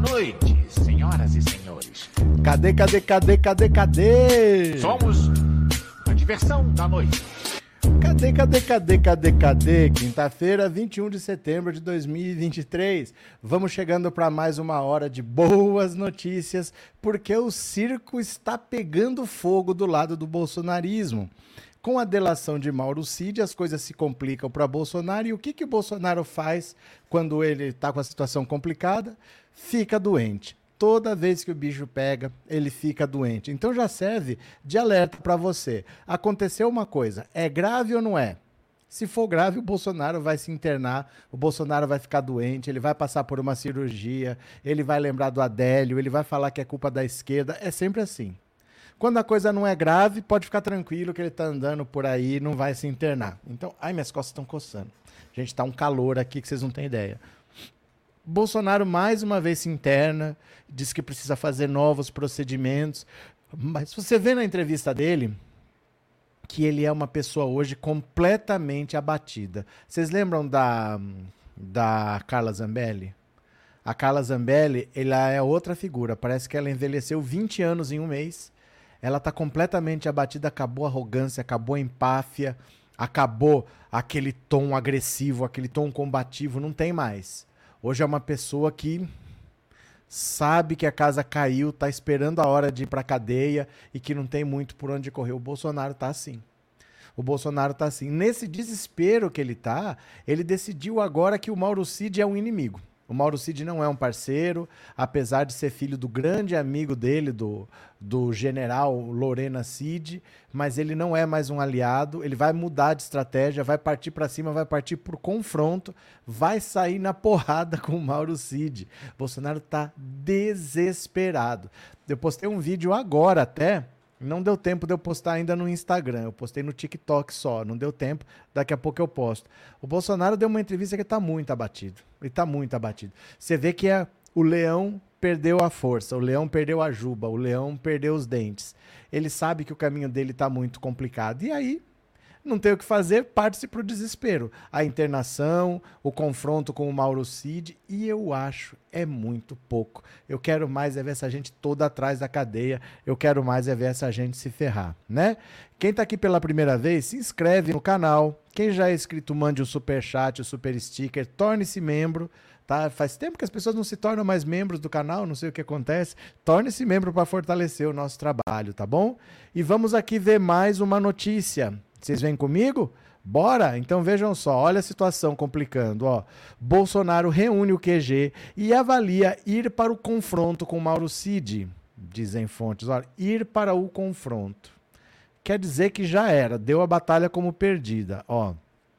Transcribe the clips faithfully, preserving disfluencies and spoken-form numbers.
noite, senhoras e senhores. Cadê, cadê, cadê, cadê, cadê? Somos a diversão da noite. Cadê, cadê, cadê, cadê, cadê? Quinta-feira, vinte e um de setembro de dois mil e vinte e três. Vamos chegando para mais uma hora de boas notícias, porque o circo está pegando fogo do lado do bolsonarismo. Com a delação de Mauro Cid, as coisas se complicam para Bolsonaro. E o que, que o Bolsonaro faz quando ele está com a situação complicada? Fica doente. Toda vez que o bicho pega, ele fica doente. Então já serve de alerta para você. Aconteceu uma coisa, é grave ou não é? Se for grave, o Bolsonaro vai se internar, o Bolsonaro vai ficar doente, ele vai passar por uma cirurgia, ele vai lembrar do Adélio, ele vai falar que é culpa da esquerda. É sempre assim. Quando a coisa não é grave, pode ficar tranquilo que ele está andando por aí e não vai se internar. Então, ai, minhas costas estão coçando. Gente, tá um calor aqui que vocês não têm ideia. Bolsonaro mais uma vez se interna, diz que precisa fazer novos procedimentos, mas você vê na entrevista dele que ele é uma pessoa hoje completamente abatida. Vocês lembram da, da Carla Zambelli? A Carla Zambelli, ela é outra figura, parece que ela envelheceu vinte anos em um mês, ela está completamente abatida, acabou a arrogância, acabou a empáfia, acabou aquele tom agressivo, aquele tom combativo, não tem mais. Hoje é uma pessoa que sabe que a casa caiu, tá esperando a hora de ir para a cadeia e que não tem muito por onde correr. O Bolsonaro tá assim. O Bolsonaro tá assim. Nesse desespero que ele tá, ele decidiu agora que o Mauro Cid é um inimigo. O Mauro Cid não é um parceiro, apesar de ser filho do grande amigo dele, do, do general Lorena Cid, mas ele não é mais um aliado, ele vai mudar de estratégia, vai partir para cima, vai partir por confronto, vai sair na porrada com o Mauro Cid. Bolsonaro tá desesperado. Eu postei um vídeo agora até, não deu tempo de eu postar ainda no Instagram, eu postei no TikTok só, não deu tempo, daqui a pouco eu posto. O Bolsonaro deu uma entrevista que está muito abatido, ele está muito abatido. Você vê que é, o leão perdeu a força, o leão perdeu a juba, o leão perdeu os dentes. Ele sabe que o caminho dele está muito complicado, e aí não tem o que fazer, parte-se para o desespero. A internação, o confronto com o Mauro Cid, e eu acho é muito pouco. Eu quero mais é ver essa gente toda atrás da cadeia, eu quero mais é ver essa gente se ferrar, né? Quem tá aqui pela primeira vez, se inscreve no canal. Quem já é inscrito, mande o superchat, o super sticker, torne-se membro. Tá? Faz tempo que as pessoas não se tornam mais membros do canal, não sei o que acontece. Torne-se membro para fortalecer o nosso trabalho, tá bom? E vamos aqui ver mais uma notícia. Vocês vêm comigo? Bora? Então vejam só, olha a situação complicando. Ó. Bolsonaro reúne o Q G e avalia ir para o confronto com Mauro Cid, dizem fontes. Olha, ir para o confronto. Quer dizer que já era, deu a batalha como perdida. Ó.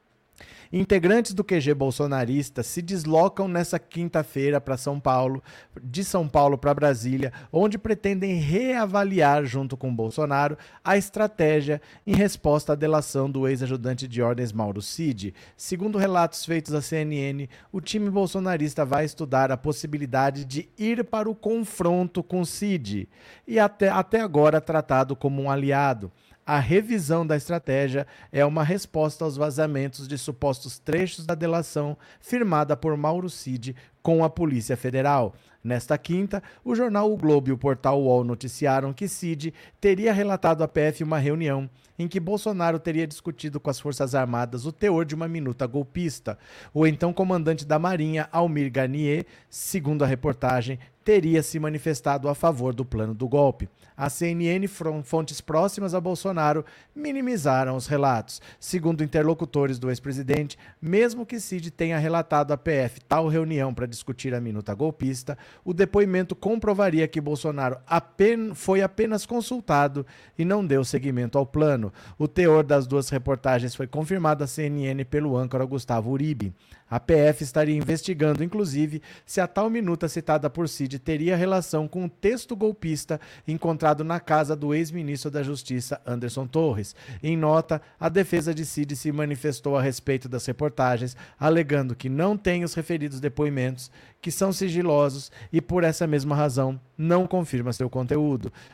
Integrantes do Q G bolsonarista se deslocam nessa quinta-feira para São Paulo, de São Paulo para Brasília, onde pretendem reavaliar, junto com Bolsonaro, a estratégia em resposta à delação do ex-ajudante de ordens Mauro Cid. Segundo relatos feitos à C N N, o time bolsonarista vai estudar a possibilidade de ir para o confronto com Cid, e até, até agora tratado como um aliado. A revisão da estratégia é uma resposta aos vazamentos de supostos trechos da delação firmada por Mauro Cid com a Polícia Federal. Nesta quinta, o jornal O Globo e o portal U O L noticiaram que Cid teria relatado à P F uma reunião em que Bolsonaro teria discutido com as Forças Armadas o teor de uma minuta golpista. O então comandante da Marinha, Almir Garnier, segundo a reportagem, teria se manifestado a favor do plano do golpe. A C N N, fontes próximas a Bolsonaro, minimizaram os relatos. Segundo interlocutores do ex-presidente, mesmo que Cid tenha relatado à P F tal reunião para discutir a minuta golpista, o depoimento comprovaria que Bolsonaro apen- foi apenas consultado e não deu seguimento ao plano. O teor das duas reportagens foi confirmado à C N N pelo âncora Gustavo Uribe. A P F estaria investigando, inclusive, se a tal minuta citada por Cid teria relação com o texto golpista encontrado na casa do ex-ministro da Justiça, Anderson Torres. Em nota, a defesa de Cid se manifestou a respeito das reportagens, alegando que não tem os referidos depoimentos, que são sigilosos e, por essa mesma razão, não confirma seu conteúdo.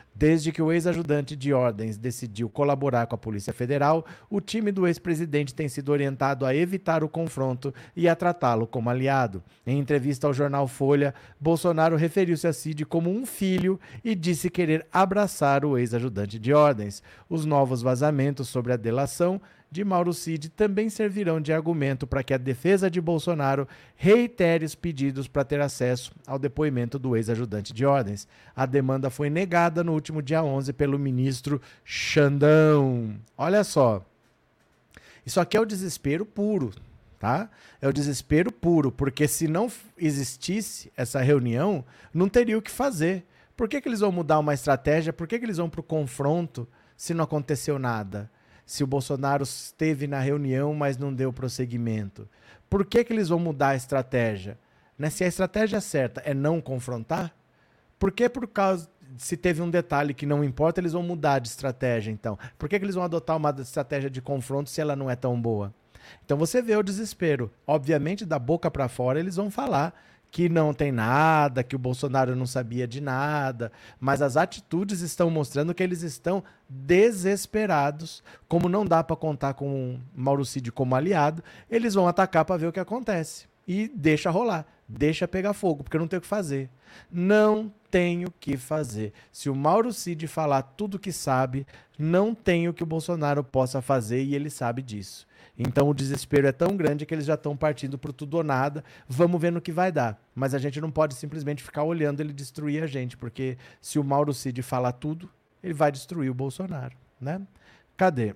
Desde que o ex-ajudante de ordens decidiu colaborar com a Polícia Federal, o time do ex-presidente tem sido orientado a evitar o confronto e a tratá-lo como aliado. Em entrevista ao jornal Folha, Bolsonaro referiu-se a Cid como um filho e disse querer abraçar o ex-ajudante de ordens. Os novos vazamentos sobre a delação de Mauro Cid também servirão de argumento para que a defesa de Bolsonaro reitere os pedidos para ter acesso ao depoimento do ex-ajudante de ordens. A demanda foi negada no último dia onze pelo ministro Xandão. Olha só, isso aqui é o desespero puro, tá? É o desespero puro, porque se não existisse essa reunião, não teria o que fazer. Por que que eles vão mudar uma estratégia? Por que que eles vão para o confronto se não aconteceu nada? Se o Bolsonaro esteve na reunião, mas não deu prosseguimento. Por que que eles vão mudar a estratégia? Né? Se a estratégia certa é não confrontar, por que por causa, se teve um detalhe que não importa, eles vão mudar de estratégia, então? Por que que eles vão adotar uma estratégia de confronto se ela não é tão boa? Então você vê o desespero. Obviamente, da boca para fora, eles vão falar que não tem nada, que o Bolsonaro não sabia de nada, mas as atitudes estão mostrando que eles estão desesperados. Como não dá para contar com o Mauro Cid como aliado, eles vão atacar para ver o que acontece. E deixa rolar, deixa pegar fogo, porque não tem o que fazer. Não tem o que fazer. Se o Mauro Cid falar tudo que sabe, não tem o que o Bolsonaro possa fazer e ele sabe disso. Então o desespero é tão grande que eles já estão partindo para tudo ou nada. Vamos ver no que vai dar. Mas a gente não pode simplesmente ficar olhando ele destruir a gente, porque se o Mauro Cid falar tudo, ele vai destruir o Bolsonaro, né? Cadê?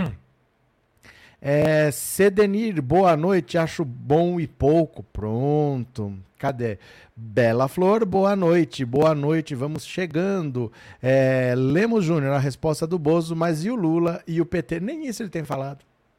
É, Cedenir, boa noite, acho bom e pouco. Pronto. Cadê? Bela Flor, boa noite, boa noite, vamos chegando. É, Lemos Júnior, a resposta do Bozo, mas e o Lula e o P T? Nem isso ele tem falado.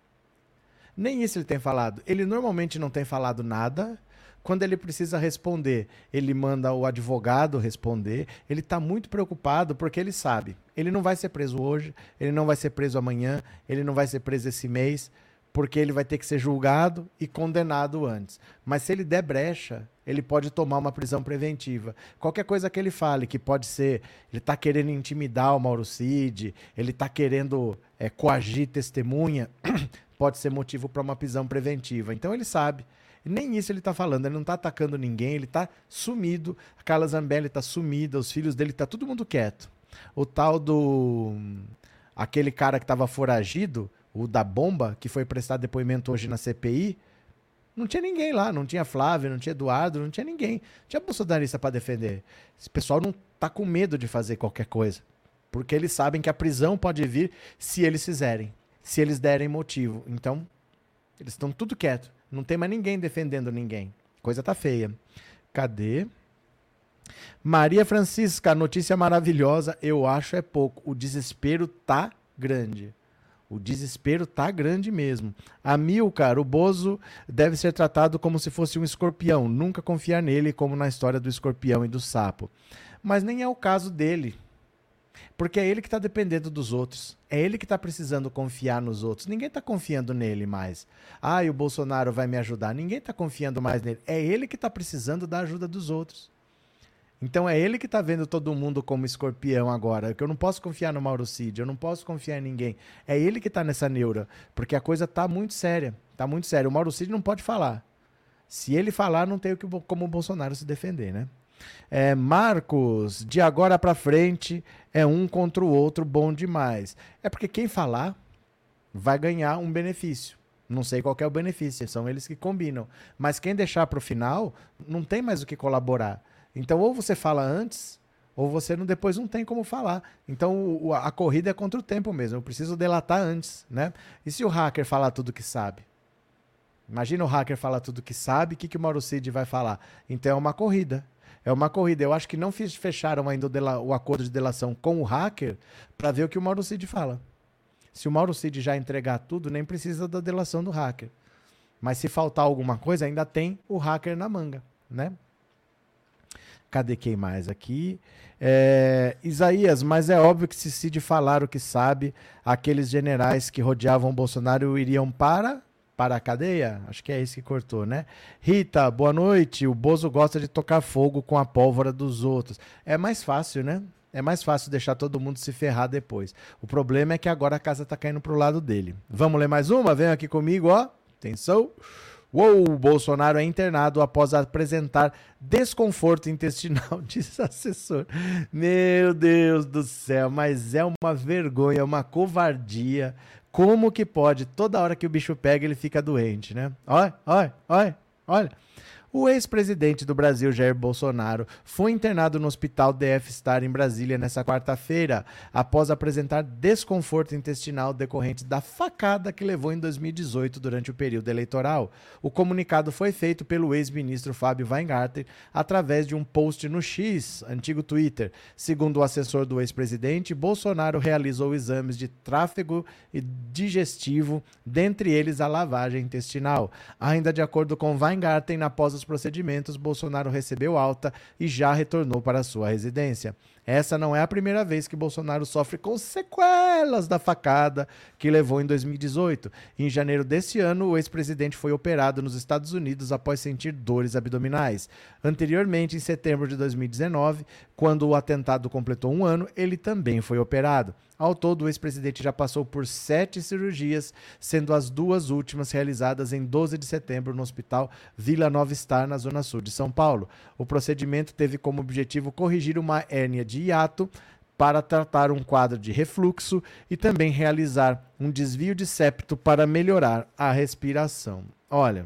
Nem isso ele tem falado. Ele normalmente não tem falado nada. Quando ele precisa responder, ele manda o advogado responder. Ele está muito preocupado porque ele sabe. Ele não vai ser preso hoje, ele não vai ser preso amanhã, ele não vai ser preso esse mês, porque ele vai ter que ser julgado e condenado antes. Mas se ele der brecha, ele pode tomar uma prisão preventiva. Qualquer coisa que ele fale, que pode ser, ele está querendo intimidar o Mauro Cid, ele está querendo é, coagir testemunha, pode ser motivo para uma prisão preventiva. Então ele sabe. Nem isso ele está falando, ele não está atacando ninguém, ele está sumido. A Carla Zambelli está sumida, os filhos dele, está todo mundo quieto. O tal do... aquele cara que estava foragido, o da bomba, que foi prestar depoimento hoje na C P I, não tinha ninguém lá, não tinha Flávio, não tinha Eduardo, não tinha ninguém. Não tinha bolsonarista para defender. Esse pessoal não está com medo de fazer qualquer coisa, porque eles sabem que a prisão pode vir se eles fizerem, se eles derem motivo. Então, eles estão tudo quieto. Não tem mais ninguém defendendo ninguém. Coisa tá feia. Cadê? Maria Francisca, notícia maravilhosa. Eu acho é pouco. O desespero tá grande. O desespero tá grande mesmo. Amilcar, o Bozo deve ser tratado como se fosse um escorpião. Nunca confiar nele, como na história do escorpião e do sapo. Mas nem é o caso dele. Porque é ele que está dependendo dos outros. É ele que está precisando confiar nos outros. Ninguém está confiando nele mais. Ah, e o Bolsonaro vai me ajudar. Ninguém está confiando mais nele. É ele que está precisando da ajuda dos outros. Então é ele que está vendo todo mundo como escorpião agora. Que eu não posso confiar no Mauro Cid. Eu não posso confiar em ninguém. É ele que está nessa neura. Porque a coisa está muito séria. Está muito séria. O Mauro Cid não pode falar. Se ele falar, não tem como o Bolsonaro se defender, né? É, Marcos, de agora para frente é um contra o outro bom demais. É porque quem falar vai ganhar um benefício. Não sei qual que é o benefício, são eles que combinam. Mas quem deixar para o final não tem mais o que colaborar. Então ou você fala antes ou você não, depois não tem como falar. Então o, a corrida é contra o tempo mesmo. Eu preciso delatar antes, né? E se o hacker falar tudo que sabe? Imagina o hacker falar tudo que sabe, o que, que o Mauro Cid vai falar? Então é uma corrida. É uma corrida. Eu acho que não fecharam ainda o, dela, o acordo de delação com o hacker para ver o que o Mauro Cid fala. Se o Mauro Cid já entregar tudo, nem precisa da delação do hacker. Mas se faltar alguma coisa, ainda tem o hacker na manga, né? Cadê quem mais aqui? É, Isaías, mas é óbvio que se Cid falar o que sabe, aqueles generais que rodeavam o Bolsonaro iriam para... Para a cadeia? Acho que é isso que cortou, né? Rita, boa noite. O Bozo gosta de tocar fogo com a pólvora dos outros. É mais fácil, né? é mais fácil deixar todo mundo se ferrar depois. O problema é que agora a casa tá caindo pro lado dele. Vamos ler mais uma? Vem aqui comigo, ó. Atenção. Uou, Bolsonaro é internado após apresentar desconforto intestinal, diz assessor. Meu Deus do céu, mas é uma vergonha, uma covardia. Como que pode? Toda hora que o bicho pega, ele fica doente, né? Olha, olha, olha, olha. O ex-presidente do Brasil, Jair Bolsonaro, foi internado no Hospital D F Star em Brasília nesta quarta-feira, após apresentar desconforto intestinal decorrente da facada que levou em dois mil e dezoito durante o período eleitoral. O comunicado foi feito pelo ex-ministro Fábio Weingarten através de um post no X, antigo Twitter. Segundo o assessor do ex-presidente, Bolsonaro realizou exames de tráfego e digestivo, dentre eles a lavagem intestinal. Ainda de acordo com Weingarten, após os procedimentos, Bolsonaro recebeu alta e já retornou para sua residência. Essa não é a primeira vez que Bolsonaro sofre com sequelas da facada que levou em dois mil e dezoito. Em janeiro desse ano, o ex-presidente foi operado nos Estados Unidos após sentir dores abdominais. Anteriormente, em setembro de dois mil e dezenove, quando o atentado completou um ano, ele também foi operado. Ao todo, o ex-presidente já passou por sete cirurgias, sendo as duas últimas realizadas em doze de setembro no Hospital Vila Nova Star, na Zona Sul de São Paulo. O procedimento teve como objetivo corrigir uma hérnia de hiato para tratar um quadro de refluxo e também realizar um desvio de septo para melhorar a respiração. Olha,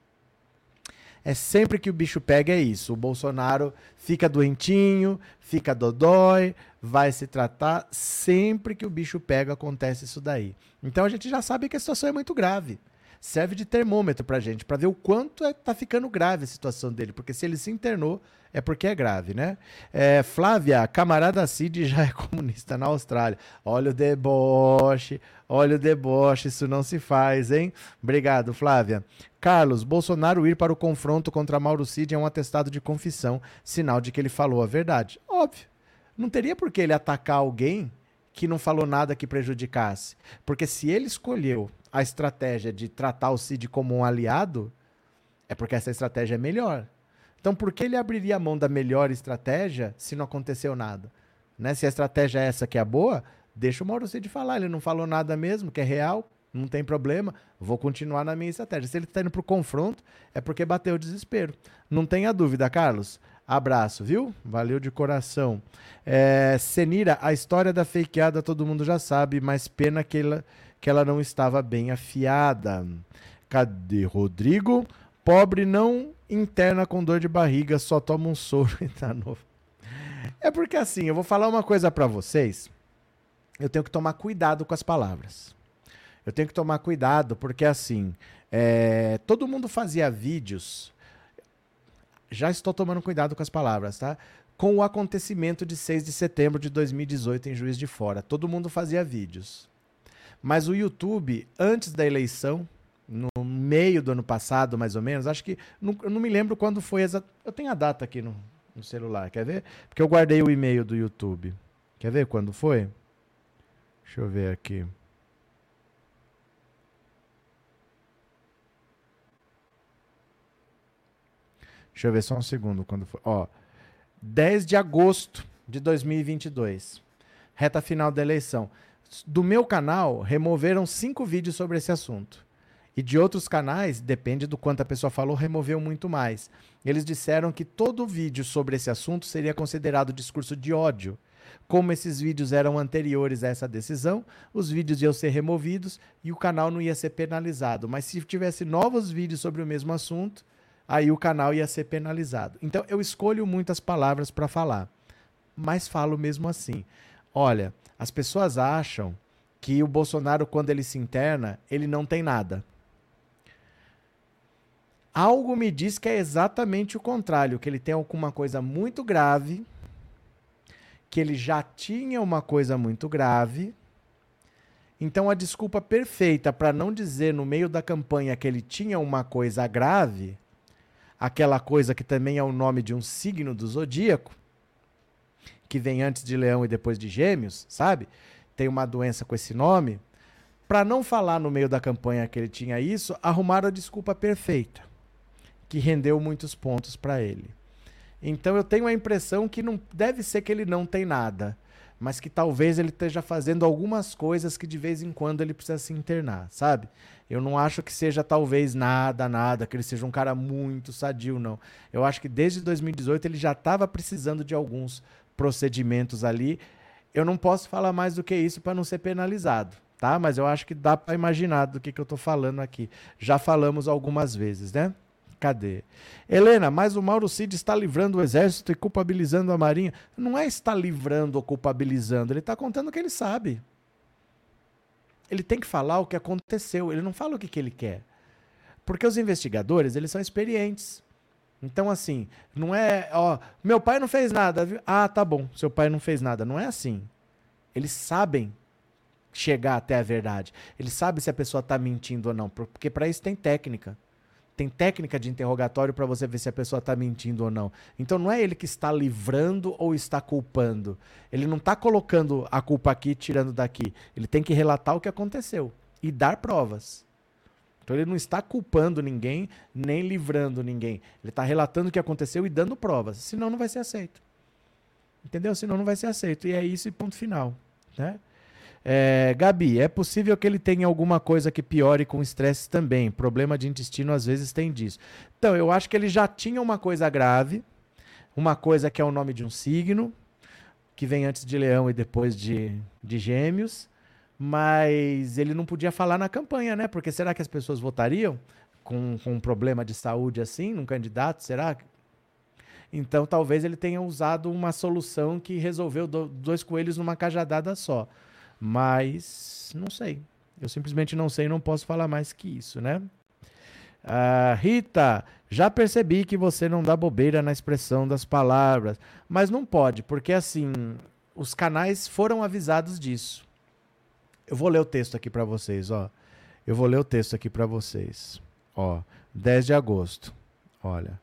é sempre que o bicho pega é isso. O Bolsonaro fica doentinho, fica dodói, vai se tratar. Sempre que o bicho pega acontece isso daí. Então a gente já sabe que a situação é muito grave. Serve de termômetro pra gente, pra ver o quanto é, tá ficando grave a situação dele. Porque se ele se internou, é porque é grave, né? É, Flávia, camarada Cid já é comunista na Austrália. Olha o deboche, olha o deboche, isso não se faz, hein? Obrigado, Flávia. Carlos, Bolsonaro ir para o confronto contra Mauro Cid é um atestado de confissão, sinal de que ele falou a verdade. Óbvio. Não teria por que ele atacar alguém que não falou nada que prejudicasse. Porque se ele escolheu a estratégia de tratar o Cid como um aliado, é porque essa estratégia é melhor. Então, por que ele abriria a mão da melhor estratégia se não aconteceu nada? Né? Se a estratégia é essa que é boa, deixa o Mauro Cid falar. Ele não falou nada mesmo, que é real, não tem problema, vou continuar na minha estratégia. Se ele está indo para o confronto, é porque bateu o desespero. Não tenha dúvida, Carlos. Abraço, viu? Valeu de coração. É, Senira, a história da fakeada todo mundo já sabe, mas pena que ela, que ela não estava bem afiada. Cadê Rodrigo? Pobre não interna com dor de barriga, só toma um soro e tá novo. É porque assim, eu vou falar uma coisa pra vocês, eu tenho que tomar cuidado com as palavras. Eu tenho que tomar cuidado porque assim, é, todo mundo fazia vídeos, já estou tomando cuidado com as palavras, tá? Com o acontecimento de seis de setembro de dois mil e dezoito em Juiz de Fora. Todo mundo fazia vídeos. Mas o YouTube, antes da eleição, no meio do ano passado, mais ou menos, acho que, não, eu não me lembro quando foi exatamente. Eu tenho a data aqui no, no celular, quer ver? Porque eu guardei o e-mail do YouTube. Quer ver quando foi? Deixa eu ver aqui. Deixa eu ver só um segundo quando foi. Ó, dez de agosto de dois mil e vinte e dois. Reta final da eleição. Do meu canal, removeram cinco vídeos sobre esse assunto. E de outros canais, depende do quanto a pessoa falou, removeu muito mais. Eles disseram que todo vídeo sobre esse assunto seria considerado discurso de ódio. Como esses vídeos eram anteriores a essa decisão, os vídeos iam ser removidos e o canal não ia ser penalizado. Mas se tivesse novos vídeos sobre o mesmo assunto, aí o canal ia ser penalizado. Então, eu escolho muitas palavras para falar, mas falo mesmo assim. Olha, as pessoas acham que o Bolsonaro, quando ele se interna, ele não tem nada. Algo me diz que é exatamente o contrário, que ele tem alguma coisa muito grave, que ele já tinha uma coisa muito grave. Então, a desculpa perfeita para não dizer no meio da campanha que ele tinha uma coisa grave, aquela coisa que também é o nome de um signo do zodíaco, que vem antes de Leão e depois de Gêmeos, sabe? Tem uma doença com esse nome. Para não falar no meio da campanha que ele tinha isso, arrumaram a desculpa perfeita, que rendeu muitos pontos para ele. Então eu tenho a impressão que não deve ser que ele não tem nada, mas que talvez ele esteja fazendo algumas coisas que de vez em quando ele precisa se internar, sabe? Eu não acho que seja talvez nada, nada, que ele seja um cara muito sadio, não. Eu acho que desde dois mil e dezoito ele já estava precisando de alguns procedimentos ali. Eu não posso falar mais do que isso para não ser penalizado, tá? Mas eu acho que dá para imaginar do que, que eu estou falando aqui. Já falamos algumas vezes, né? Cadê? Helena, mas o Mauro Cid está livrando o exército e culpabilizando a Marinha. Não é estar livrando ou culpabilizando, ele está contando o que ele sabe. Ele tem que falar o que aconteceu, ele não fala o que, que ele quer. Porque os investigadores, eles são experientes. Então, assim, não é, ó, meu pai não fez nada, viu? Ah, tá bom, seu pai não fez nada. Não é assim. Eles sabem chegar até a verdade. Eles sabem se a pessoa está mentindo ou não, porque para isso tem técnica. Tem técnica de interrogatório para você ver se a pessoa está mentindo ou não. Então não é ele que está livrando ou está culpando. Ele não está colocando a culpa aqui e tirando daqui. Ele tem que relatar o que aconteceu e dar provas. Então ele não está culpando ninguém, nem livrando ninguém. Ele está relatando o que aconteceu e dando provas. Senão não vai ser aceito. Entendeu? Senão não vai ser aceito. E é isso e ponto final. Né? É, Gabi, é possível que ele tenha alguma coisa que piore com estresse também. Problema de intestino às vezes tem disso. Então, eu acho que ele já tinha uma coisa grave, uma coisa que é o nome de um signo, que vem antes de Leão e depois de, de Gêmeos, mas ele não podia falar na campanha, né? Porque será que as pessoas votariam com, com um problema de saúde assim, num candidato? Será? Então, talvez ele tenha usado uma solução que resolveu do, dois coelhos numa cajadada só. Mas não sei. Eu simplesmente não sei e não posso falar mais que isso, né? Ah, Rita, já percebi que você não dá bobeira na expressão das palavras. Mas não pode, porque assim, os canais foram avisados disso. Eu vou ler o texto aqui para vocês, ó. Eu vou ler o texto aqui para vocês. Ó, dez de agosto. Olha.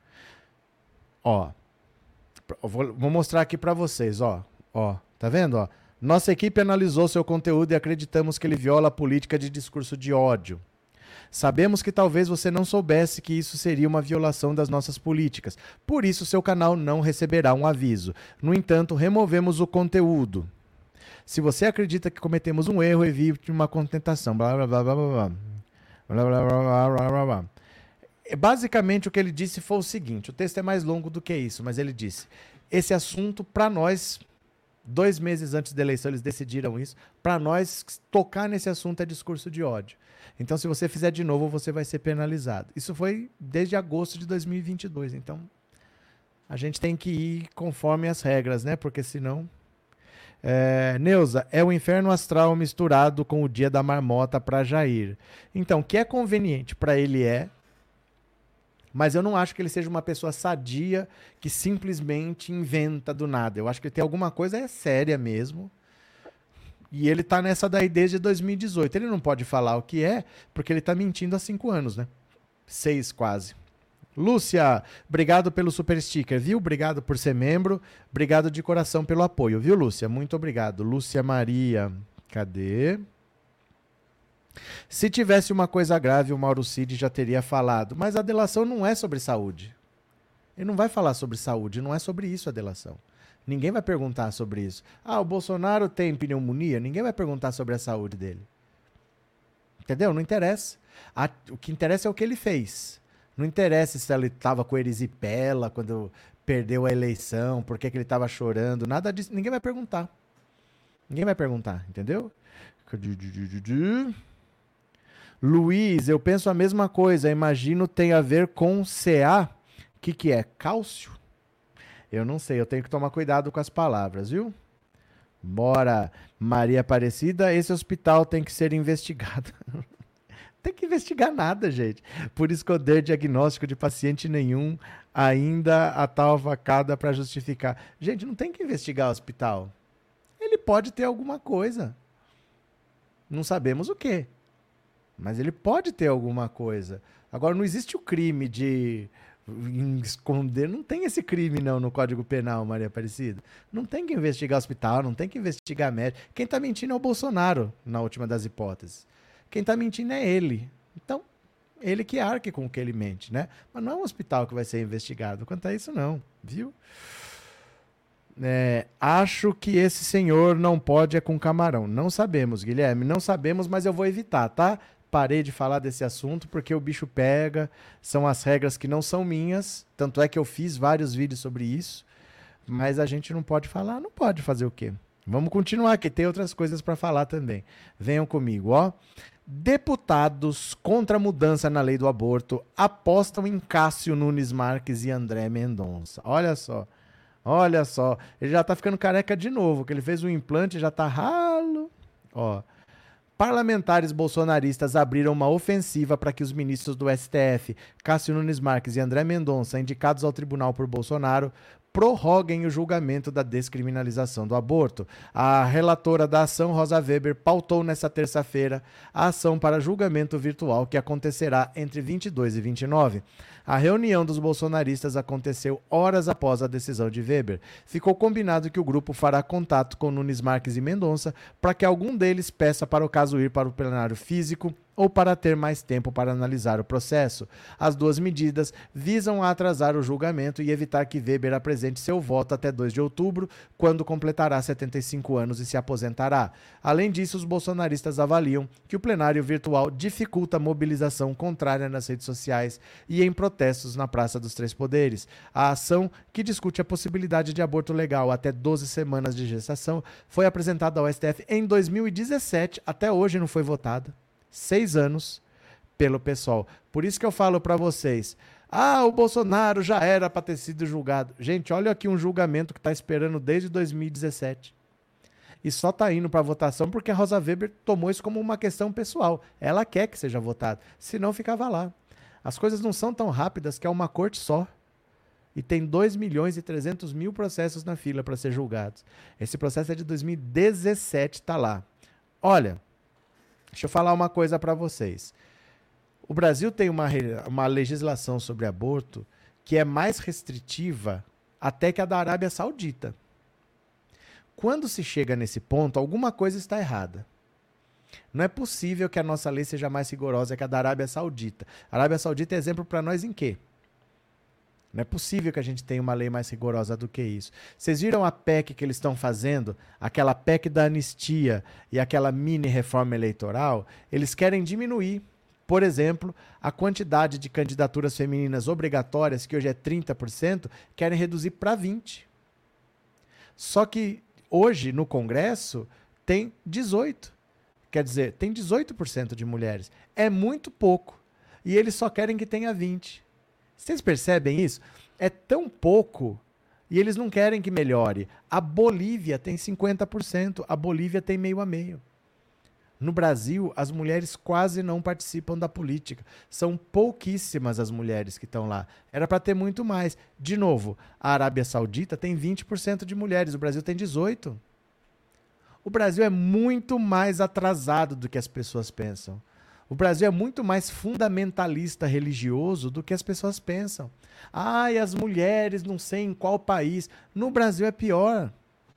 Ó. Eu vou, vou mostrar aqui para vocês, ó. Ó, tá vendo, ó? Nossa equipe analisou seu conteúdo e acreditamos que ele viola a política de discurso de ódio. Sabemos que talvez você não soubesse que isso seria uma violação das nossas políticas. Por isso, seu canal não receberá um aviso. No entanto, removemos o conteúdo. Se você acredita que cometemos um erro, evite uma contentação. Blá, blá, blá, blá, blá. Blá, blá, blá, blá, blá, blá. Basicamente, o que ele disse foi o seguinte. O texto é mais longo do que isso, mas ele disse: esse assunto, para nós... Dois meses antes da eleição eles decidiram isso. Para nós, tocar nesse assunto é discurso de ódio. Então, se você fizer de novo, você vai ser penalizado. Isso foi desde agosto de dois mil e vinte e dois. Então, a gente tem que ir conforme as regras, né? Porque senão... É, Neuza, é o inferno astral misturado com o dia da marmota para Jair. Então, que é conveniente para ele é... Mas eu não acho que ele seja uma pessoa sadia que simplesmente inventa do nada. Eu acho que ele tem alguma coisa é séria mesmo. E ele tá nessa daí desde dois mil e dezoito. Ele não pode falar o que é, porque ele tá mentindo há cinco anos, né? Seis quase. Lúcia, obrigado pelo super sticker, viu? Obrigado por ser membro. Obrigado de coração pelo apoio, viu, Lúcia? Muito obrigado. Lúcia Maria, cadê? Se tivesse uma coisa grave, o Mauro Cid já teria falado. Mas a delação não é sobre saúde. Ele não vai falar sobre saúde, não é sobre isso a delação. Ninguém vai perguntar sobre isso. Ah, o Bolsonaro tem pneumonia? Ninguém vai perguntar sobre a saúde dele. Entendeu? Não interessa. A, o que interessa é o que ele fez. Não interessa se ele estava com erisipela quando perdeu a eleição, por que, que ele estava chorando, nada disso. Ninguém vai perguntar. Ninguém vai perguntar, entendeu? Luiz, eu penso a mesma coisa. Imagino tem a ver com C A. O que, que é? Cálcio? Eu não sei, eu tenho que tomar cuidado com as palavras, viu? Bora, Maria Aparecida, esse hospital tem que ser investigado. Tem que investigar nada, gente. Por esconder diagnóstico de paciente nenhum, ainda a tal facada para justificar. Gente, não tem que investigar o hospital. Ele pode ter alguma coisa. Não sabemos o quê. Mas ele pode ter alguma coisa. Agora, não existe o crime de esconder. Não tem esse crime, não, no Código Penal, Maria Aparecida. Não tem que investigar hospital, não tem que investigar médico. Quem está mentindo é o Bolsonaro, na última das hipóteses. Quem está mentindo é ele. Então, ele que arque com o que ele mente, né? Mas não é um hospital que vai ser investigado. Quanto a isso, não, viu? É, acho que esse senhor não pode é com camarão. Não sabemos, Guilherme, não sabemos, mas eu vou evitar, tá? Parei de falar desse assunto porque o bicho pega, são as regras que não são minhas, tanto é que eu fiz vários vídeos sobre isso, mas a gente não pode falar, não pode fazer o quê? Vamos continuar, que tem outras coisas para falar também. Venham comigo, ó. Deputados contra a mudança na lei do aborto apostam em Cássio Nunes Marques e André Mendonça. Olha só. Olha só, ele já tá ficando careca de novo, que ele fez um implante e já tá ralo. Ó, parlamentares bolsonaristas abriram uma ofensiva para que os ministros do S T F, Cássio Nunes Marques e André Mendonça, indicados ao tribunal por Bolsonaro, prorroguem o julgamento da descriminalização do aborto. A relatora da ação, Rosa Weber, pautou nesta terça-feira a ação para julgamento virtual que acontecerá entre vinte e dois e vinte e nove. A reunião dos bolsonaristas aconteceu horas após a decisão de Weber. Ficou combinado que o grupo fará contato com Nunes Marques e Mendonça para que algum deles peça para o caso ir para o plenário físico ou para ter mais tempo para analisar o processo. As duas medidas visam atrasar o julgamento e evitar que Weber apresente seu voto até dois de outubro, quando completará setenta e cinco anos e se aposentará. Além disso, os bolsonaristas avaliam que o plenário virtual dificulta a mobilização contrária nas redes sociais e em protestos na Praça dos Três Poderes. A ação, que discute a possibilidade de aborto legal até doze semanas de gestação, foi apresentada ao S T F em dois mil e dezessete, até hoje não foi votada. Seis anos pelo PSOL. Por isso que eu falo para vocês, ah, o Bolsonaro já era para ter sido julgado. Gente, olha aqui um julgamento que está esperando desde dois mil e dezessete. E só está indo para votação porque a Rosa Weber tomou isso como uma questão pessoal. Ela quer que seja votado, senão ficava lá. As coisas não são tão rápidas que é uma corte só. E tem dois milhões e trezentos mil processos na fila para ser julgados. Esse processo é de dois mil e dezessete, está lá. Olha, deixa eu falar uma coisa para vocês. O Brasil tem uma, uma legislação sobre aborto que é mais restritiva até que a da Arábia Saudita. Quando se chega nesse ponto, alguma coisa está errada. Não é possível que a nossa lei seja mais rigorosa que a da Arábia Saudita. A Arábia Saudita é exemplo para nós em quê? Não é possível que a gente tenha uma lei mais rigorosa do que isso. Vocês viram a P E C que eles estão fazendo? Aquela P E C da anistia e aquela mini reforma eleitoral? Eles querem diminuir, por exemplo, a quantidade de candidaturas femininas obrigatórias, que hoje é trinta por cento, querem reduzir para vinte por cento. Só que hoje, no Congresso, tem dezoito por cento. Quer dizer, tem dezoito por cento de mulheres. É muito pouco. E eles só querem que tenha vinte por cento. Vocês percebem isso? É tão pouco e eles não querem que melhore. A Bolívia tem cinquenta por cento, a Bolívia tem meio a meio. No Brasil, as mulheres quase não participam da política. São pouquíssimas as mulheres que estão lá. Era para ter muito mais. De novo, a Arábia Saudita tem vinte por cento de mulheres, o Brasil tem dezoito por cento. O Brasil é muito mais atrasado do que as pessoas pensam. O Brasil é muito mais fundamentalista religioso do que as pessoas pensam. Ai, as mulheres não sei em qual país. No Brasil é pior.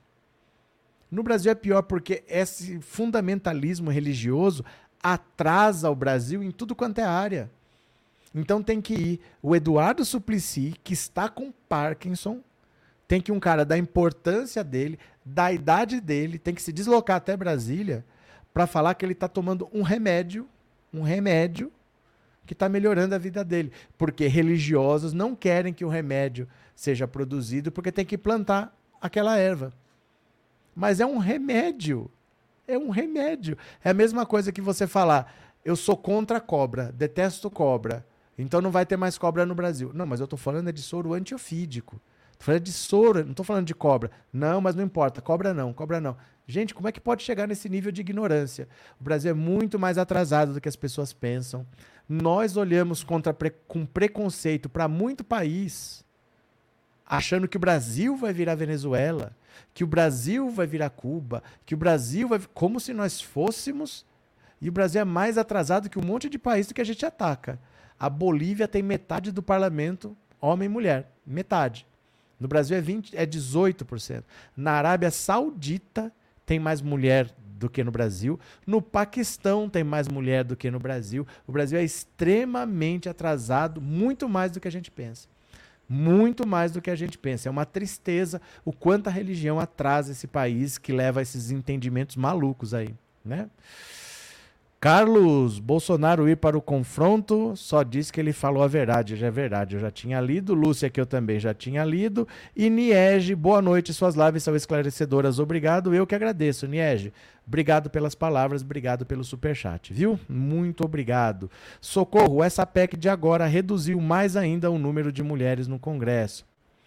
No Brasil é pior porque esse fundamentalismo religioso atrasa o Brasil em tudo quanto é área. Então tem que ir o Eduardo Suplicy, que está com Parkinson, tem que um cara da importância dele, da idade dele, tem que se deslocar até Brasília para falar que ele está tomando um remédio um remédio que está melhorando a vida dele. Porque religiosos não querem que o remédio seja produzido porque tem que plantar aquela erva. Mas é um remédio. É um remédio. É a mesma coisa que você falar, eu sou contra a cobra, detesto cobra, então não vai ter mais cobra no Brasil. Não, mas eu estou falando é de soro antiofídico. Estou falando de soro, não estou falando de cobra. Não, mas não importa, cobra não, cobra não. Gente, como é que pode chegar nesse nível de ignorância? O Brasil é muito mais atrasado do que as pessoas pensam. Nós olhamos contra, com preconceito para muito país, achando que o Brasil vai virar Venezuela, que o Brasil vai virar Cuba, que o Brasil vai... Como se nós fôssemos... E o Brasil é mais atrasado que um monte de país do que a gente ataca. A Bolívia tem metade do parlamento, homem e mulher. Metade. No Brasil é, vinte, é dezoito por cento. Na Arábia Saudita tem mais mulher do que no Brasil. No Paquistão tem mais mulher do que no Brasil. O Brasil é extremamente atrasado, muito mais do que a gente pensa. Muito mais do que a gente pensa. É uma tristeza o quanto a religião atrasa esse país, que leva a esses entendimentos malucos aí, né? Carlos, Bolsonaro ir para o confronto, só diz que ele falou a verdade. Já é verdade, eu já tinha lido. Lúcia, que eu também já tinha lido. E Niege, boa noite, suas lives são esclarecedoras. Obrigado, eu que agradeço, Niege. Obrigado pelas palavras, obrigado pelo superchat, viu? Muito obrigado. Socorro, essa P E C de agora reduziu mais ainda o número de mulheres no Congresso.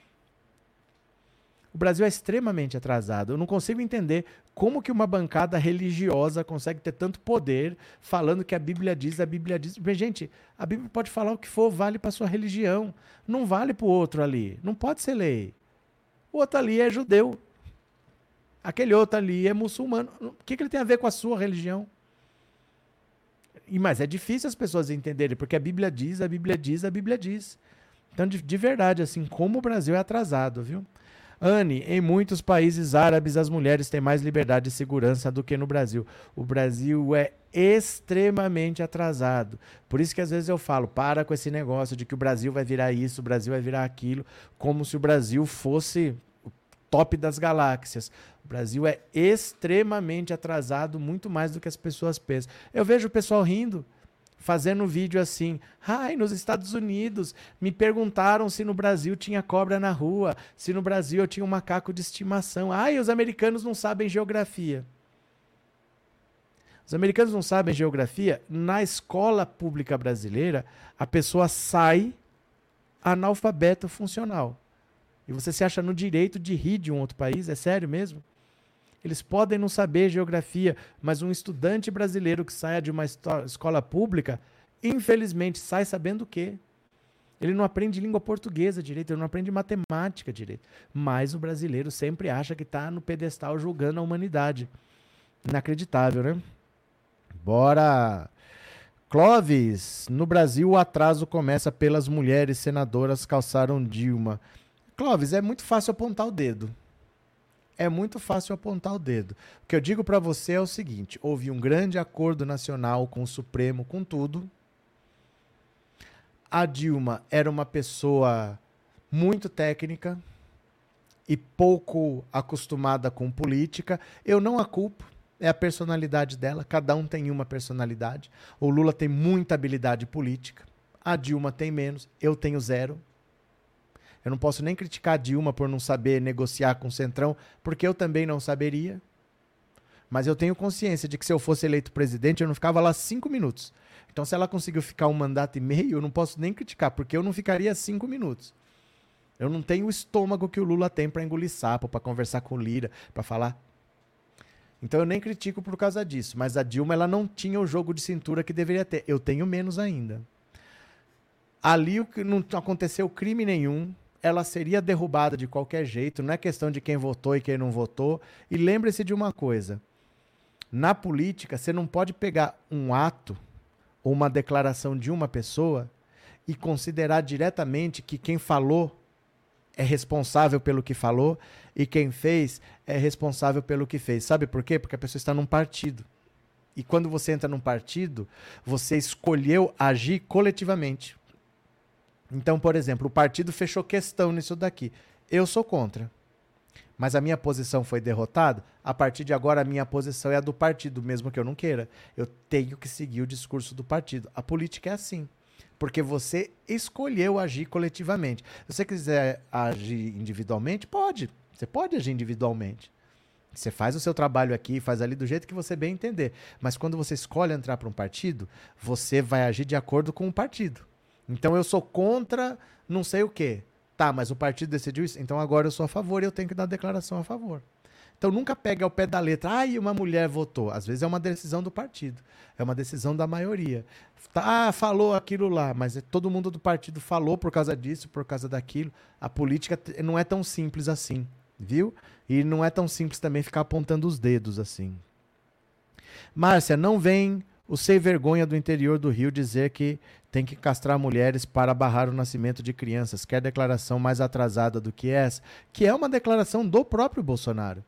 O Brasil é extremamente atrasado. Eu não consigo entender como que uma bancada religiosa consegue ter tanto poder falando que a Bíblia diz, a Bíblia diz. Gente, a Bíblia pode falar o que for, vale para sua religião. Não vale para o outro ali. Não pode ser lei. O outro ali é judeu. Aquele outro ali é muçulmano. O que, que ele tem a ver com a sua religião? E, mas é difícil as pessoas entenderem, porque a Bíblia diz, a Bíblia diz, a Bíblia diz. Então, de, de verdade, assim, como o Brasil é atrasado, viu? Anne, em muitos países árabes as mulheres têm mais liberdade e segurança do que no Brasil. O Brasil é extremamente atrasado. Por isso que às vezes eu falo, para com esse negócio de que o Brasil vai virar isso, o Brasil vai virar aquilo, como se o Brasil fosse o top das galáxias. O Brasil é extremamente atrasado, muito mais do que as pessoas pensam. Eu vejo o pessoal rindo, fazendo vídeo assim, ai, nos Estados Unidos me perguntaram se no Brasil tinha cobra na rua, se no Brasil eu tinha um macaco de estimação. Ai, os americanos não sabem geografia. Os americanos não sabem geografia. Na escola pública brasileira, a pessoa sai analfabeto funcional. E você se acha no direito de rir de um outro país? É sério mesmo? Eles podem não saber geografia, mas um estudante brasileiro que saia de uma escola pública, infelizmente, sai sabendo o quê? Ele não aprende língua portuguesa direito, ele não aprende matemática direito. Mas o brasileiro sempre acha que está no pedestal julgando a humanidade. Inacreditável, né? Bora! Clóvis, no Brasil o atraso começa pelas mulheres senadoras calçaram Dilma. Clóvis, é muito fácil apontar o dedo. É muito fácil apontar o dedo. O que eu digo para você é o seguinte, houve um grande acordo nacional com o Supremo, com tudo. A Dilma era uma pessoa muito técnica e pouco acostumada com política. Eu não a culpo, é a personalidade dela, cada um tem uma personalidade. O Lula tem muita habilidade política, a Dilma tem menos, eu tenho zero. Eu não posso nem criticar a Dilma por não saber negociar com o Centrão, porque eu também não saberia. Mas eu tenho consciência de que se eu fosse eleito presidente, eu não ficava lá cinco minutos. Então, se ela conseguiu ficar um mandato e meio, eu não posso nem criticar, porque eu não ficaria cinco minutos. Eu não tenho o estômago que o Lula tem para engolir sapo, para conversar com o Lira, para falar. Então, eu nem critico por causa disso. Mas a Dilma, ela não tinha o jogo de cintura que deveria ter. Eu tenho menos ainda. Ali não aconteceu crime nenhum. Ela seria derrubada de qualquer jeito, não é questão de quem votou e quem não votou. E lembre-se de uma coisa, na política você não pode pegar um ato ou uma declaração de uma pessoa e considerar diretamente que quem falou é responsável pelo que falou e quem fez é responsável pelo que fez. Sabe por quê? Porque a pessoa está num partido. E quando você entra num partido, você escolheu agir coletivamente. Então, por exemplo, o partido fechou questão nisso daqui. Eu sou contra. Mas a minha posição foi derrotada. A partir de agora, a minha posição é a do partido, mesmo que eu não queira. Eu tenho que seguir o discurso do partido. A política é assim. Porque você escolheu agir coletivamente. Se você quiser agir individualmente, pode. Você pode agir individualmente. Você faz o seu trabalho aqui, faz ali do jeito que você bem entender. Mas quando você escolhe entrar para um partido, você vai agir de acordo com o partido. Então eu sou contra não sei o quê. Tá, mas o partido decidiu isso? Então agora eu sou a favor e eu tenho que dar declaração a favor. Então nunca pega ao pé da letra. Ai, uma mulher votou. Às vezes é uma decisão do partido. É uma decisão da maioria. Ah, falou aquilo lá, mas todo mundo do partido falou por causa disso, por causa daquilo. A política não é tão simples assim, viu? E não é tão simples também ficar apontando os dedos assim. Márcia, não vem o sem vergonha do interior do Rio dizer que tem que castrar mulheres para barrar o nascimento de crianças. Quer declaração mais atrasada do que essa? Que é uma declaração do próprio Bolsonaro.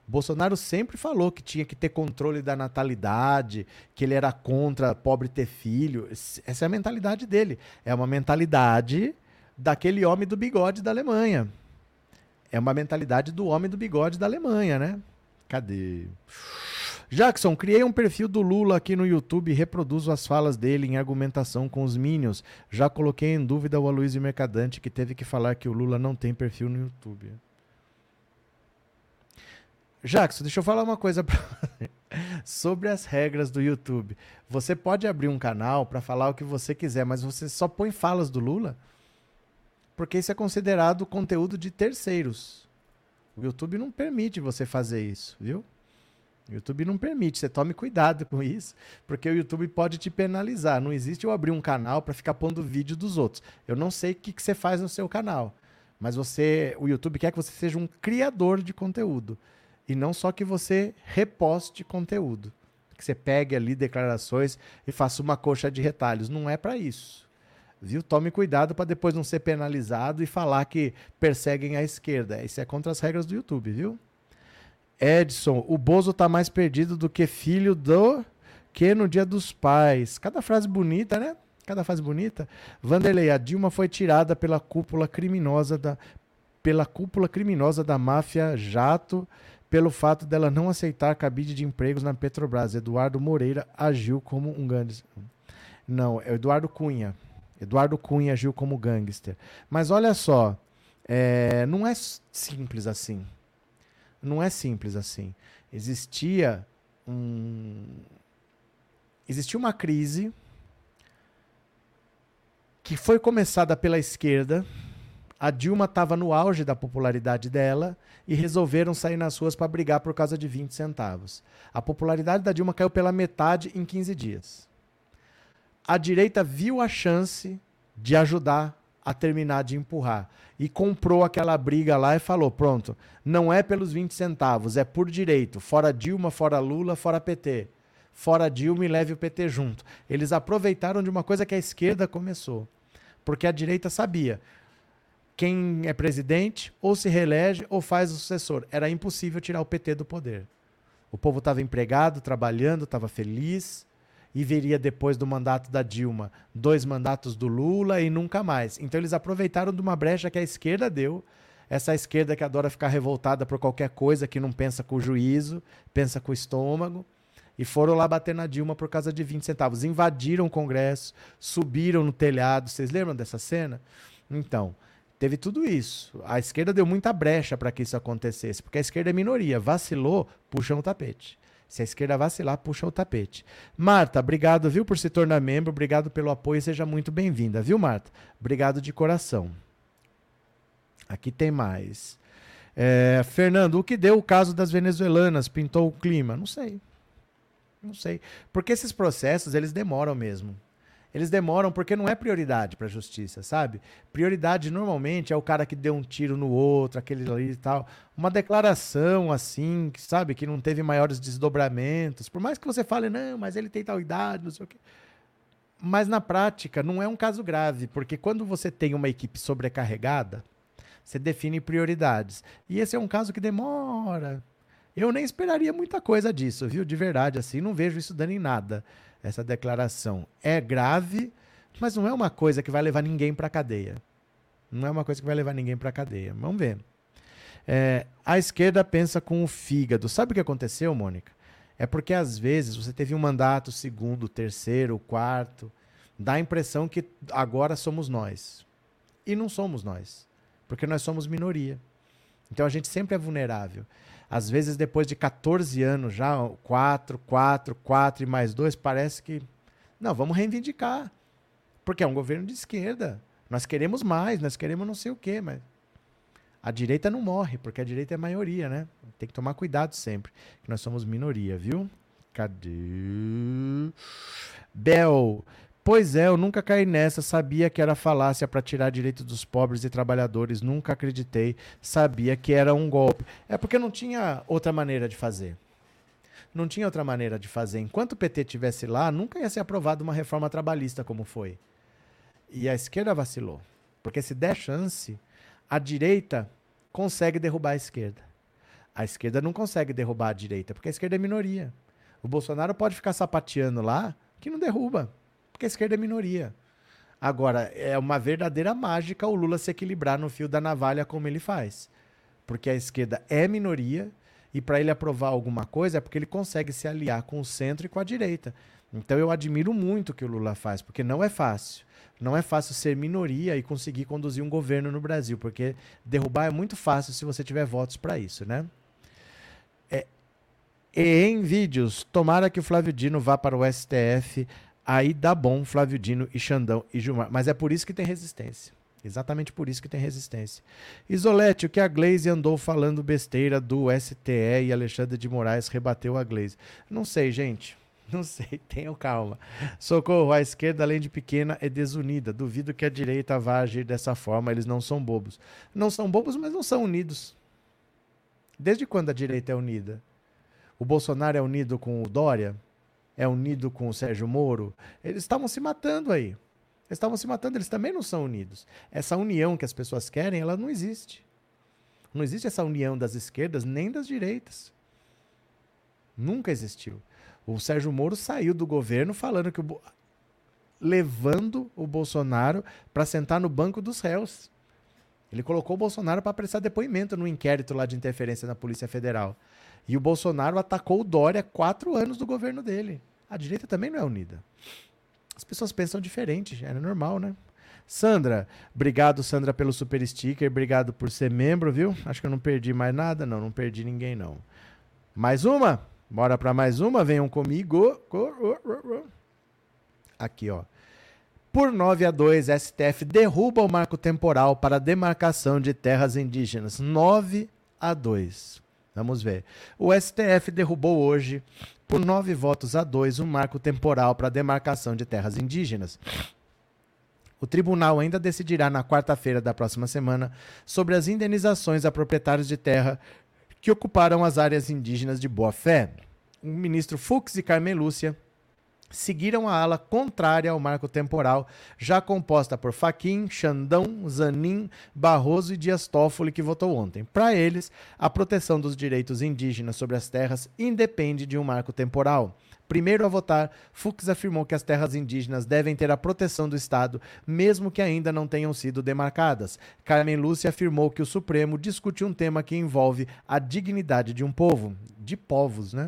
Bolsonaro sempre falou que tinha que ter controle da natalidade, que ele era contra pobre ter filho. Essa é a mentalidade dele. É uma mentalidade daquele homem do bigode da Alemanha. É uma mentalidade do homem do bigode da Alemanha, né? Cadê? Jackson, criei um perfil do Lula aqui no YouTube e reproduzo as falas dele em argumentação com os Minions. Já coloquei em dúvida o Aloysio Mercadante, que teve que falar que o Lula não tem perfil no YouTube. Jackson, deixa eu falar uma coisa pra você sobre as regras do YouTube. Você pode abrir um canal para falar o que você quiser, mas você só põe falas do Lula porque isso é considerado conteúdo de terceiros. O YouTube não permite você fazer isso, viu? O YouTube não permite, você tome cuidado com isso, porque o YouTube pode te penalizar. Não existe eu abrir um canal para ficar pondo vídeo dos outros. Eu não sei o que, que você faz no seu canal, mas você, o YouTube quer que você seja um criador de conteúdo. E não só que você reposte conteúdo. Que você pegue ali declarações e faça uma coxa de retalhos. Não é para isso. Viu? Tome cuidado para depois não ser penalizado e falar que perseguem a esquerda. Isso é contra as regras do YouTube, viu? Edson, o Bozo tá mais perdido do que filho do que no Dia dos Pais. Cada frase bonita, né? Cada frase bonita. Vanderlei, a Dilma foi tirada pela cúpula criminosa da, pela cúpula criminosa da máfia Jato, pelo fato dela não aceitar cabide de empregos na Petrobras. Eduardo Moreira agiu como um gangster. Não, é Eduardo Cunha. Eduardo Cunha agiu como gangster. Mas olha só, é, não é simples assim. Não é simples assim. Existia um... Existia uma crise que foi começada pela esquerda. A Dilma estava no auge da popularidade dela e resolveram sair nas ruas para brigar por causa de vinte centavos. A popularidade da Dilma caiu pela metade em quinze dias. A direita viu a chance de ajudar a terminar de empurrar e comprou aquela briga lá e falou, pronto, não é pelos vinte centavos, é por direito, fora Dilma, fora Lula, fora P T. Fora Dilma e leve o P T junto. Eles aproveitaram de uma coisa que a esquerda começou, porque a direita sabia, quem é presidente ou se reelege ou faz o sucessor. Era impossível tirar o P T do poder. O povo estava empregado, trabalhando, estava feliz e veria depois do mandato da Dilma dois mandatos do Lula e nunca mais. Então eles aproveitaram de uma brecha que a esquerda deu, essa esquerda que adora ficar revoltada por qualquer coisa, que não pensa com o juízo, pensa com o estômago, e foram lá bater na Dilma por causa de vinte centavos. Invadiram o Congresso, subiram no telhado. Vocês lembram dessa cena? Então, teve tudo isso. A esquerda deu muita brecha para que isso acontecesse, porque a esquerda é minoria. Vacilou, puxa no tapete. Se a esquerda vacilar, puxa o tapete. Marta, obrigado, viu, por se tornar membro. Obrigado pelo apoio. Seja muito bem-vinda, viu, Marta? Obrigado de coração. Aqui tem mais. É, Fernando, o que deu o caso das venezuelanas? Pintou o clima? Não sei. Não sei. Porque esses processos, eles demoram mesmo. Eles demoram porque não é prioridade para a justiça, sabe? Prioridade normalmente é o cara que deu um tiro no outro, aquele ali e tal. Uma declaração assim, que, sabe, que não teve maiores desdobramentos. Por mais que você fale, não, mas ele tem tal idade, não sei o quê. Mas na prática não é um caso grave, porque quando você tem uma equipe sobrecarregada, você define prioridades. E esse é um caso que demora. Eu nem esperaria muita coisa disso, viu? De verdade, assim, não vejo isso dando em nada. Essa declaração é grave, mas não é uma coisa que vai levar ninguém para a cadeia. Não é uma coisa que vai levar ninguém para a cadeia. Vamos ver. É, a esquerda pensa com o fígado. Sabe o que aconteceu, Mônica? É porque, às vezes, você teve um mandato, segundo, terceiro, quarto, dá a impressão que agora somos nós. E não somos nós, porque nós somos minoria. Então, a gente sempre é vulnerável. Às vezes, depois de quatorze anos já, quatro, quatro, quatro e mais dois, parece que... Não, vamos reivindicar. Porque é um governo de esquerda. Nós queremos mais, nós queremos não sei o quê, mas... A direita não morre, porque a direita é maioria, né? Tem que tomar cuidado sempre, que nós somos minoria, viu? Cadê? Bel... Pois é, eu nunca caí nessa, sabia que era falácia para tirar direito dos pobres e trabalhadores, nunca acreditei, sabia que era um golpe. É porque não tinha outra maneira de fazer. Não tinha outra maneira de fazer. Enquanto o P T estivesse lá, nunca ia ser aprovada uma reforma trabalhista como foi. E a esquerda vacilou. Porque se der chance, a direita consegue derrubar a esquerda. A esquerda não consegue derrubar a direita, porque a esquerda é minoria. O Bolsonaro pode ficar sapateando lá, que não derruba, porque a esquerda é minoria. Agora, é uma verdadeira mágica o Lula se equilibrar no fio da navalha como ele faz. Porque a esquerda é minoria e para ele aprovar alguma coisa é porque ele consegue se aliar com o centro e com a direita. Então eu admiro muito o que o Lula faz, porque não é fácil. Não é fácil ser minoria e conseguir conduzir um governo no Brasil, porque derrubar é muito fácil se você tiver votos para isso, né? É, e em vídeos, tomara que o Flávio Dino vá para o S T F, aí dá bom Flávio Dino e Xandão e Gilmar. Mas é por isso que tem resistência. Exatamente por isso que tem resistência. Isolete, o que a Glaze andou falando besteira do S T E e Alexandre de Moraes rebateu a Glaze. Não sei, gente. Não sei, tenham calma. Socorro, a esquerda, além de pequena, é desunida. Duvido que a direita vá agir dessa forma. Eles não são bobos. Não são bobos, mas não são unidos. Desde quando a direita é unida? O Bolsonaro é unido com o Dória? É unido com o Sérgio Moro? Eles estavam se matando aí. Eles estavam se matando, eles também não são unidos. Essa união que as pessoas querem, ela não existe. Não existe essa união das esquerdas nem das direitas. Nunca existiu. O Sérgio Moro saiu do governo falando que o, levando o Bolsonaro para sentar no banco dos réus. Ele colocou o Bolsonaro para prestar depoimento no inquérito lá de interferência na Polícia Federal. E o Bolsonaro atacou o Dória quatro anos do governo dele. A direita também não é unida. As pessoas pensam diferente, é normal, né? Sandra, obrigado, Sandra, pelo super sticker. Obrigado por ser membro, viu? Acho que eu não perdi mais nada. Não, não perdi ninguém, não. Mais uma? Bora para mais uma? Venham comigo. Aqui, ó. Por nove a dois, S T F derruba o marco temporal para demarcação de terras indígenas. nove a dois. Vamos ver. O S T F derrubou hoje, por nove votos a dois, um marco temporal para demarcação de terras indígenas. O tribunal ainda decidirá na quarta-feira da próxima semana sobre as indenizações a proprietários de terra que ocuparam as áreas indígenas de boa-fé. O ministro Fux e Carmen Lúcia seguiram a ala contrária ao marco temporal, já composta por Fachin, Xandão, Zanin, Barroso e Dias Toffoli, que votou ontem. Para eles, a proteção dos direitos indígenas sobre as terras independe de um marco temporal. Primeiro a votar, Fux afirmou que as terras indígenas devem ter a proteção do Estado, mesmo que ainda não tenham sido demarcadas. Carmen Lúcia afirmou que o Supremo discute um tema que envolve a dignidade de um povo, de povos, né?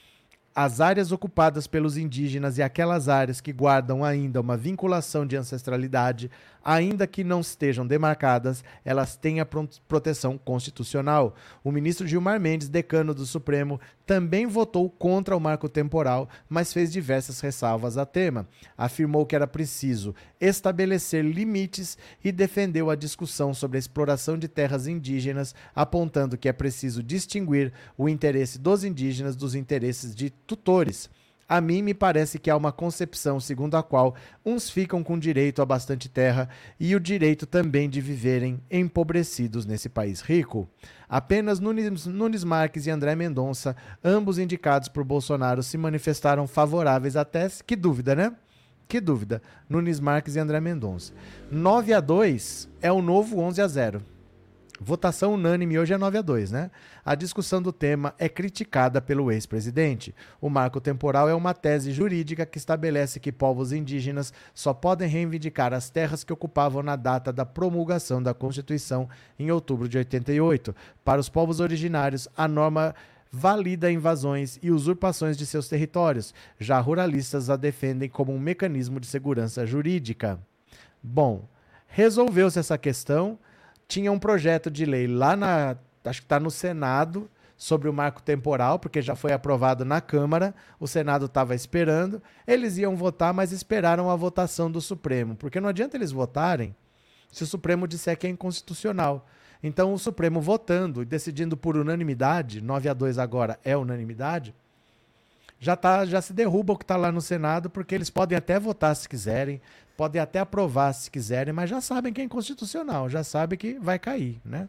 As áreas ocupadas pelos indígenas e aquelas áreas que guardam ainda uma vinculação de ancestralidade, ainda que não estejam demarcadas, elas têm a proteção constitucional. O ministro Gilmar Mendes, decano do Supremo, também votou contra o marco temporal, mas fez diversas ressalvas a tema. Afirmou que era preciso estabelecer limites e defendeu a discussão sobre a exploração de terras indígenas, apontando que é preciso distinguir o interesse dos indígenas dos interesses de tutores. A mim me parece que há uma concepção segundo a qual uns ficam com direito a bastante terra e o direito também de viverem empobrecidos nesse país rico. Apenas Nunes, Nunes Marques e André Mendonça, ambos indicados por Bolsonaro, se manifestaram favoráveis à tese. Que dúvida, né? Que dúvida. Nunes Marques e André Mendonça. nove a dois é o novo onze a zero. Votação unânime hoje é nove a dois, né? A discussão do tema é criticada pelo ex-presidente. O marco temporal é uma tese jurídica que estabelece que povos indígenas só podem reivindicar as terras que ocupavam na data da promulgação da Constituição em outubro de oitenta e oito. Para os povos originários, a norma valida invasões e usurpações de seus territórios. Já ruralistas a defendem como um mecanismo de segurança jurídica. Bom, resolveu-se essa questão. Tinha um projeto de lei lá na, acho que está no Senado, sobre o marco temporal, porque já foi aprovado na Câmara, o Senado estava esperando, eles iam votar, mas esperaram a votação do Supremo, porque não adianta eles votarem se o Supremo disser que é inconstitucional. Então o Supremo votando e decidindo por unanimidade, nove a dois agora é unanimidade, já, tá, já se derruba o que está lá no Senado, porque eles podem até votar se quiserem, podem até aprovar se quiserem, mas já sabem que é inconstitucional, já sabem que vai cair, né?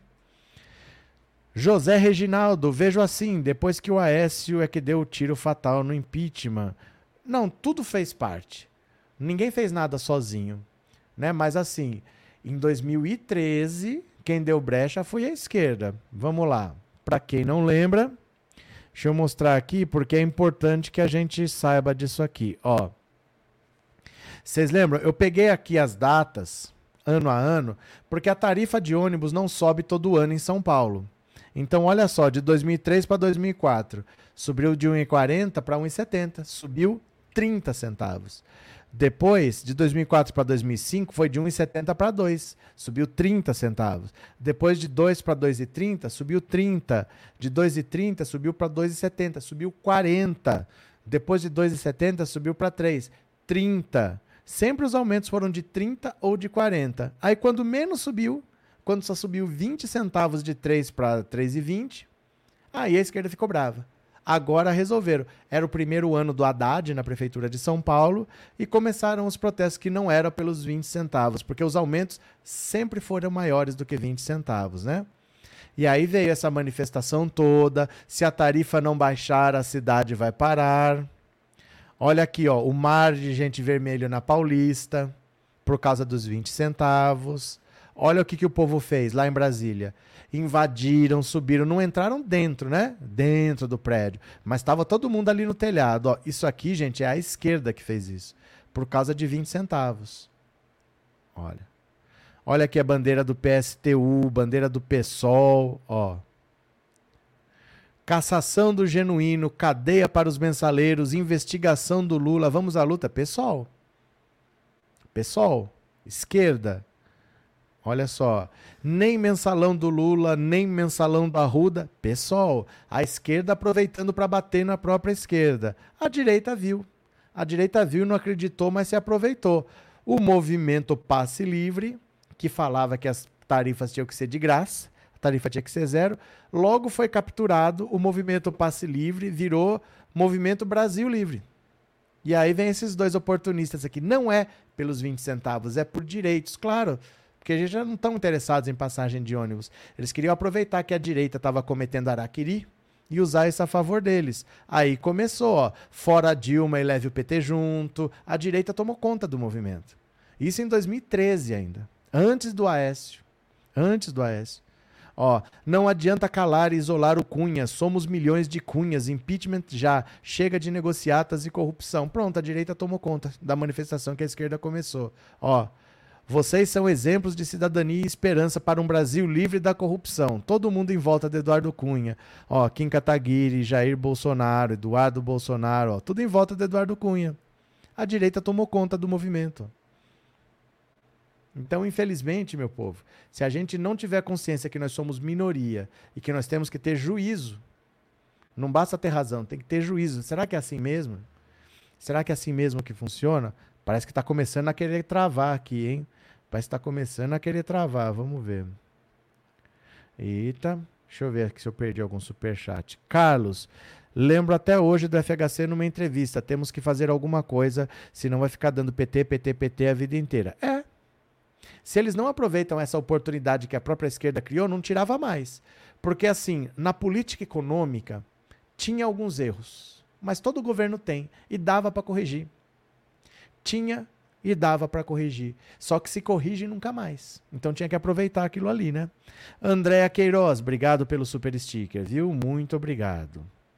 José Reginaldo, vejo assim, depois que o Aécio é que deu o tiro fatal no impeachment. Não, tudo fez parte. Ninguém fez nada sozinho, né? Mas assim, em dois mil e treze, quem deu brecha foi a esquerda. Vamos lá. Para quem não lembra, deixa eu mostrar aqui, porque é importante que a gente saiba disso aqui. Ó, vocês lembram? Eu peguei aqui as datas, ano a ano, porque a tarifa de ônibus não sobe todo ano em São Paulo. Então, olha só, de dois mil e três para dois mil e quatro, subiu de um real e quarenta para um real e setenta, subiu trinta centavos. Depois, de dois mil e quatro para dois mil e cinco, foi de um real e setenta para dois, subiu trinta centavos. Depois de dois para dois reais e trinta, subiu trinta. De dois reais e trinta, subiu para dois reais e setenta, subiu quarenta. Depois de dois reais e setenta, subiu para três, trinta. Sempre os aumentos foram de trinta ou de quarenta. Aí, quando menos subiu, quando só subiu vinte centavos de três para três reais e vinte, aí a esquerda ficou brava. Agora resolveram. Era o primeiro ano do Haddad na Prefeitura de São Paulo e começaram os protestos que não eram pelos vinte centavos, porque os aumentos sempre foram maiores do que vinte centavos, né? E aí veio essa manifestação toda, se a tarifa não baixar, a cidade vai parar. Olha aqui, ó, o mar de gente vermelho na Paulista, por causa dos vinte centavos. Olha o que, que o povo fez lá em Brasília. Invadiram, subiram, não entraram dentro, né? Dentro do prédio. Mas estava todo mundo ali no telhado. Ó, isso aqui, gente, é a esquerda que fez isso. Por causa de vinte centavos. Olha. Olha aqui a bandeira do P S T U, bandeira do PSOL, ó. Cassação do Genuíno, cadeia para os mensaleiros, investigação do Lula. Vamos à luta. PSOL. PSOL. Esquerda. Olha só, nem mensalão do Lula, nem mensalão do Arruda, PSOL. A esquerda aproveitando para bater na própria esquerda. A direita viu. A direita viu, não acreditou, mas se aproveitou. O movimento Passe Livre, que falava que as tarifas tinham que ser de graça, a tarifa tinha que ser zero, logo foi capturado, o movimento Passe Livre virou movimento Brasil Livre. E aí vem esses dois oportunistas aqui. Não é pelos vinte centavos, é por direitos, claro. Porque eles já não estão interessados em passagem de ônibus. Eles queriam aproveitar que a direita estava cometendo araquiri e usar isso a favor deles. Aí começou, ó, fora a Dilma e leve o P T junto. A direita tomou conta do movimento. Isso em dois mil e treze ainda. Antes do Aécio. Antes do Aécio. Ó, não adianta calar e isolar o Cunha. Somos milhões de Cunhas. Impeachment já. Chega de negociatas e corrupção. Pronto, a direita tomou conta da manifestação que a esquerda começou. Ó. Vocês são exemplos de cidadania e esperança para um Brasil livre da corrupção. Todo mundo em volta de Eduardo Cunha. Ó, Kim Kataguiri, Jair Bolsonaro, Eduardo Bolsonaro, ó, tudo em volta de Eduardo Cunha. A direita tomou conta do movimento. Então, infelizmente, meu povo, se a gente não tiver consciência que nós somos minoria e que nós temos que ter juízo, não basta ter razão, tem que ter juízo. Será que é assim mesmo? Será que é assim mesmo que funciona? Parece que está começando a querer travar aqui, hein? Parece que está começando a querer travar. Vamos ver. Eita. Deixa eu ver aqui se eu perdi algum superchat. Carlos, lembro até hoje do F H C numa entrevista. Temos que fazer alguma coisa, senão vai ficar dando P T, P T, P T a vida inteira. É. Se eles não aproveitam essa oportunidade que a própria esquerda criou, não tirava mais. Porque, assim, na política econômica, tinha alguns erros. Mas todo governo tem. E dava para corrigir. Tinha e dava para corrigir. Só que se corrige nunca mais. Então tinha que aproveitar aquilo ali, né? Andréa Queiroz, obrigado pelo super sticker, viu? Muito obrigado.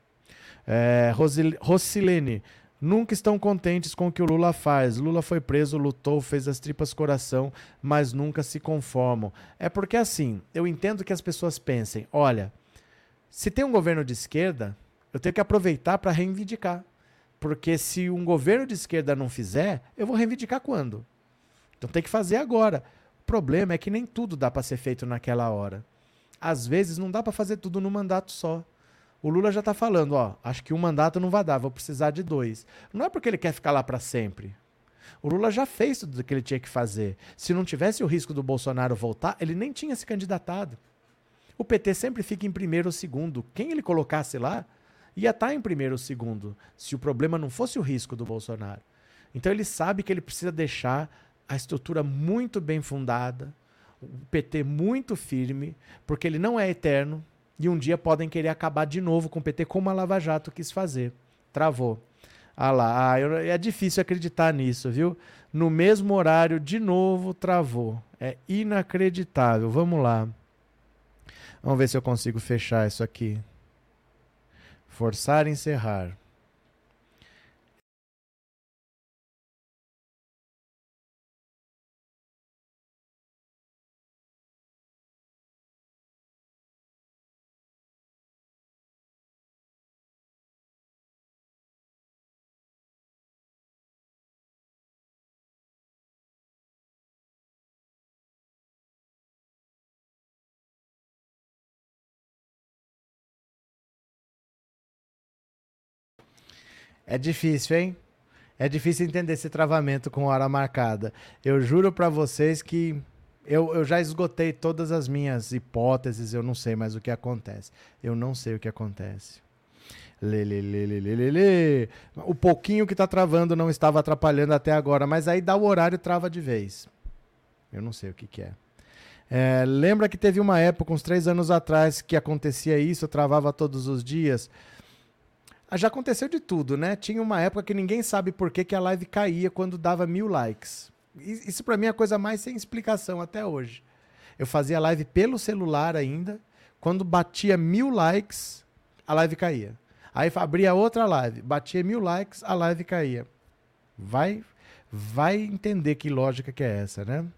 É, Rosil- Rocilene, nunca estão contentes com o que o Lula faz. Lula foi preso, lutou, fez as tripas coração, mas nunca se conformam. É porque assim, eu entendo que as pessoas pensem, olha, se tem um governo de esquerda, eu tenho que aproveitar para reivindicar. Porque se um governo de esquerda não fizer, eu vou reivindicar quando? Então tem que fazer agora. O problema é que nem tudo dá para ser feito naquela hora. Às vezes não dá para fazer tudo num mandato só. O Lula já está falando, ó, acho que um mandato não vai dar, vou precisar de dois. Não é porque ele quer ficar lá para sempre. O Lula já fez tudo o que ele tinha que fazer. Se não tivesse o risco do Bolsonaro voltar, ele nem tinha se candidatado. O P T sempre fica em primeiro ou segundo. Quem ele colocasse lá, ia estar em primeiro ou segundo, se o problema não fosse o risco do Bolsonaro. Então ele sabe que ele precisa deixar a estrutura muito bem fundada, o P T muito firme, porque ele não é eterno, e um dia podem querer acabar de novo com o P T, como a Lava Jato quis fazer. Travou. Ah lá, ah, eu, é difícil acreditar nisso, viu? No mesmo horário, de novo, travou. É inacreditável. Vamos lá. Vamos ver se eu consigo fechar isso aqui. Forçar encerrar. É difícil, hein? É difícil entender esse travamento com hora marcada. Eu juro pra vocês que eu, eu já esgotei todas as minhas hipóteses, eu não sei mais o que acontece. Eu não sei o que acontece. Lê, lê, lê, lê, lê, lê, lê. O pouquinho que tá travando não estava atrapalhando até agora, mas aí dá o horário e trava de vez. Eu não sei o que que é. É, lembra que teve uma época, uns três anos atrás, que acontecia isso, travava todos os dias? Ah, já aconteceu de tudo, né? Tinha uma época que ninguém sabe por que, que a live caía quando dava mil likes. Isso pra mim é a coisa mais sem explicação até hoje. Eu fazia live pelo celular ainda. Quando batia mil likes, a live caía. Aí abria outra live, batia mil likes, a live caía. Vai, vai entender que lógica que é essa, né?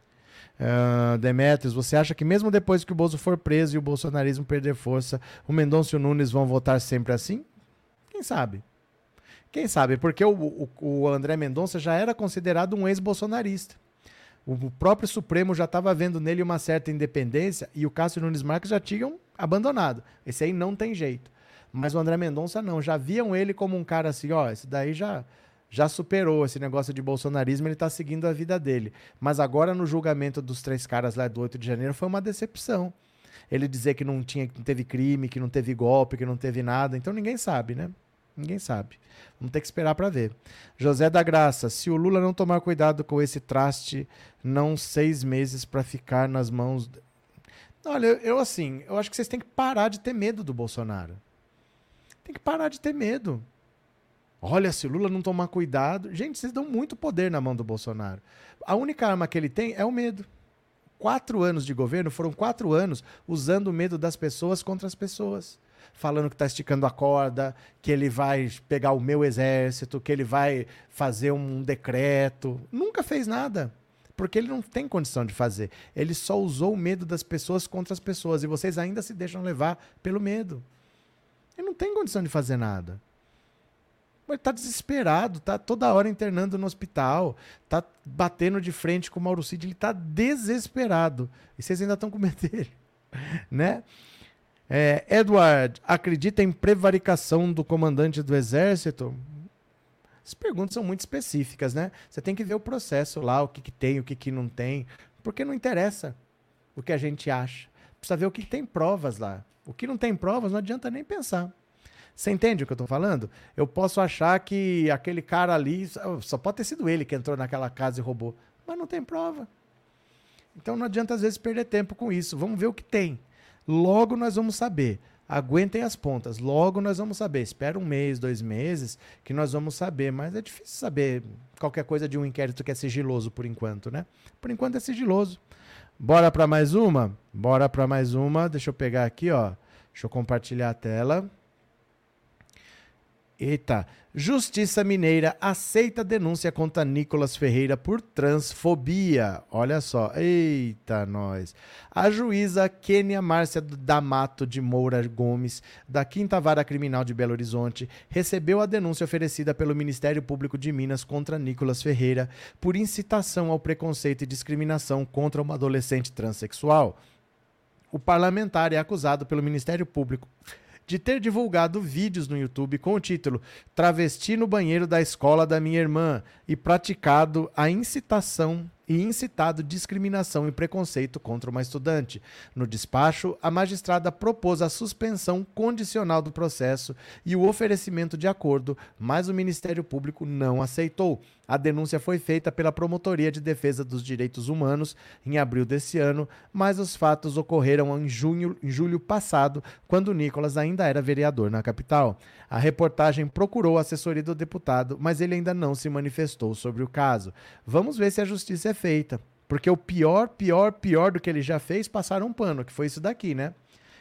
Uh, Demetrios, você acha que mesmo depois que o Bozo for preso e o bolsonarismo perder força, o Mendonça e o Nunes vão votar sempre assim? Quem sabe? Quem sabe? Porque o, o, o André Mendonça já era considerado um ex-bolsonarista. O próprio Supremo já estava vendo nele uma certa independência e o Cássio Nunes Marques já tinham abandonado. Esse aí não tem jeito. Mas o André Mendonça não. Já viam ele como um cara assim, ó, esse daí já, já superou esse negócio de bolsonarismo, ele está seguindo a vida dele. Mas agora no julgamento dos três caras lá do oito de janeiro foi uma decepção. Ele dizer que não, tinha, que não teve crime, que não teve golpe, que não teve nada. Então ninguém sabe, né? Ninguém sabe. Vamos ter que esperar para ver. José da Graça, se o Lula não tomar cuidado com esse traste, não seis meses para ficar nas mãos... Olha, eu, eu assim, eu acho que vocês têm que parar de ter medo do Bolsonaro. Tem que parar de ter medo. Olha, se o Lula não tomar cuidado... Gente, vocês dão muito poder na mão do Bolsonaro. A única arma que ele tem é o medo. Quatro anos de governo foram quatro anos usando o medo das pessoas contra as pessoas. Falando que está esticando a corda, que ele vai pegar o meu exército, que ele vai fazer um decreto. Nunca fez nada, porque ele não tem condição de fazer. Ele só usou o medo das pessoas contra as pessoas, e vocês ainda se deixam levar pelo medo. Ele não tem condição de fazer nada. Ele está desesperado, está toda hora internando no hospital, está batendo de frente com o Mauro Cid, ele está desesperado. E vocês ainda estão com medo dele, né? É, Edward, acredita em prevaricação do comandante do exército? As perguntas são muito específicas, né? Você tem que ver o processo lá, o que, que tem, o que, que não tem, porque não interessa o que a gente acha. Precisa ver o que, que tem provas lá. O que não tem provas não adianta nem pensar. Você entende o que eu estou falando? Eu posso achar que aquele cara ali, só pode ter sido ele que entrou naquela casa e roubou, mas não tem prova. Então não adianta às vezes perder tempo com isso. Vamos ver o que tem. Logo nós vamos saber. Aguentem as pontas. Logo nós vamos saber. Espera um mês, dois meses, que nós vamos saber. Mas é difícil saber qualquer coisa de um inquérito que é sigiloso por enquanto, né? Por enquanto é sigiloso. Bora para mais uma? Bora para mais uma. Deixa eu pegar aqui, ó. Deixa eu compartilhar a tela. Eita. Justiça Mineira aceita denúncia contra Nicolas Ferreira por transfobia. Olha só. Eita, nós. A juíza Kênia Márcia D'Amato de Moura Gomes, da quinta Vara Criminal de Belo Horizonte, recebeu a denúncia oferecida pelo Ministério Público de Minas contra Nicolas Ferreira por incitação ao preconceito e discriminação contra uma adolescente transexual. O parlamentar é acusado pelo Ministério Público de ter divulgado vídeos no YouTube com o título Travesti no banheiro da escola da minha irmã e praticado a incitação e incitado discriminação e preconceito contra uma estudante. No despacho, a magistrada propôs a suspensão condicional do processo e o oferecimento de acordo, mas o Ministério Público não aceitou. A denúncia foi feita pela Promotoria de Defesa dos Direitos Humanos em abril desse ano, mas os fatos ocorreram em, junho, em julho passado, quando Nicolas ainda era vereador na capital. A reportagem procurou a assessoria do deputado, mas ele ainda não se manifestou sobre o caso. Vamos ver se a justiça é feita, porque o pior, pior, pior do que ele já fez, passaram um pano, que foi isso daqui, né?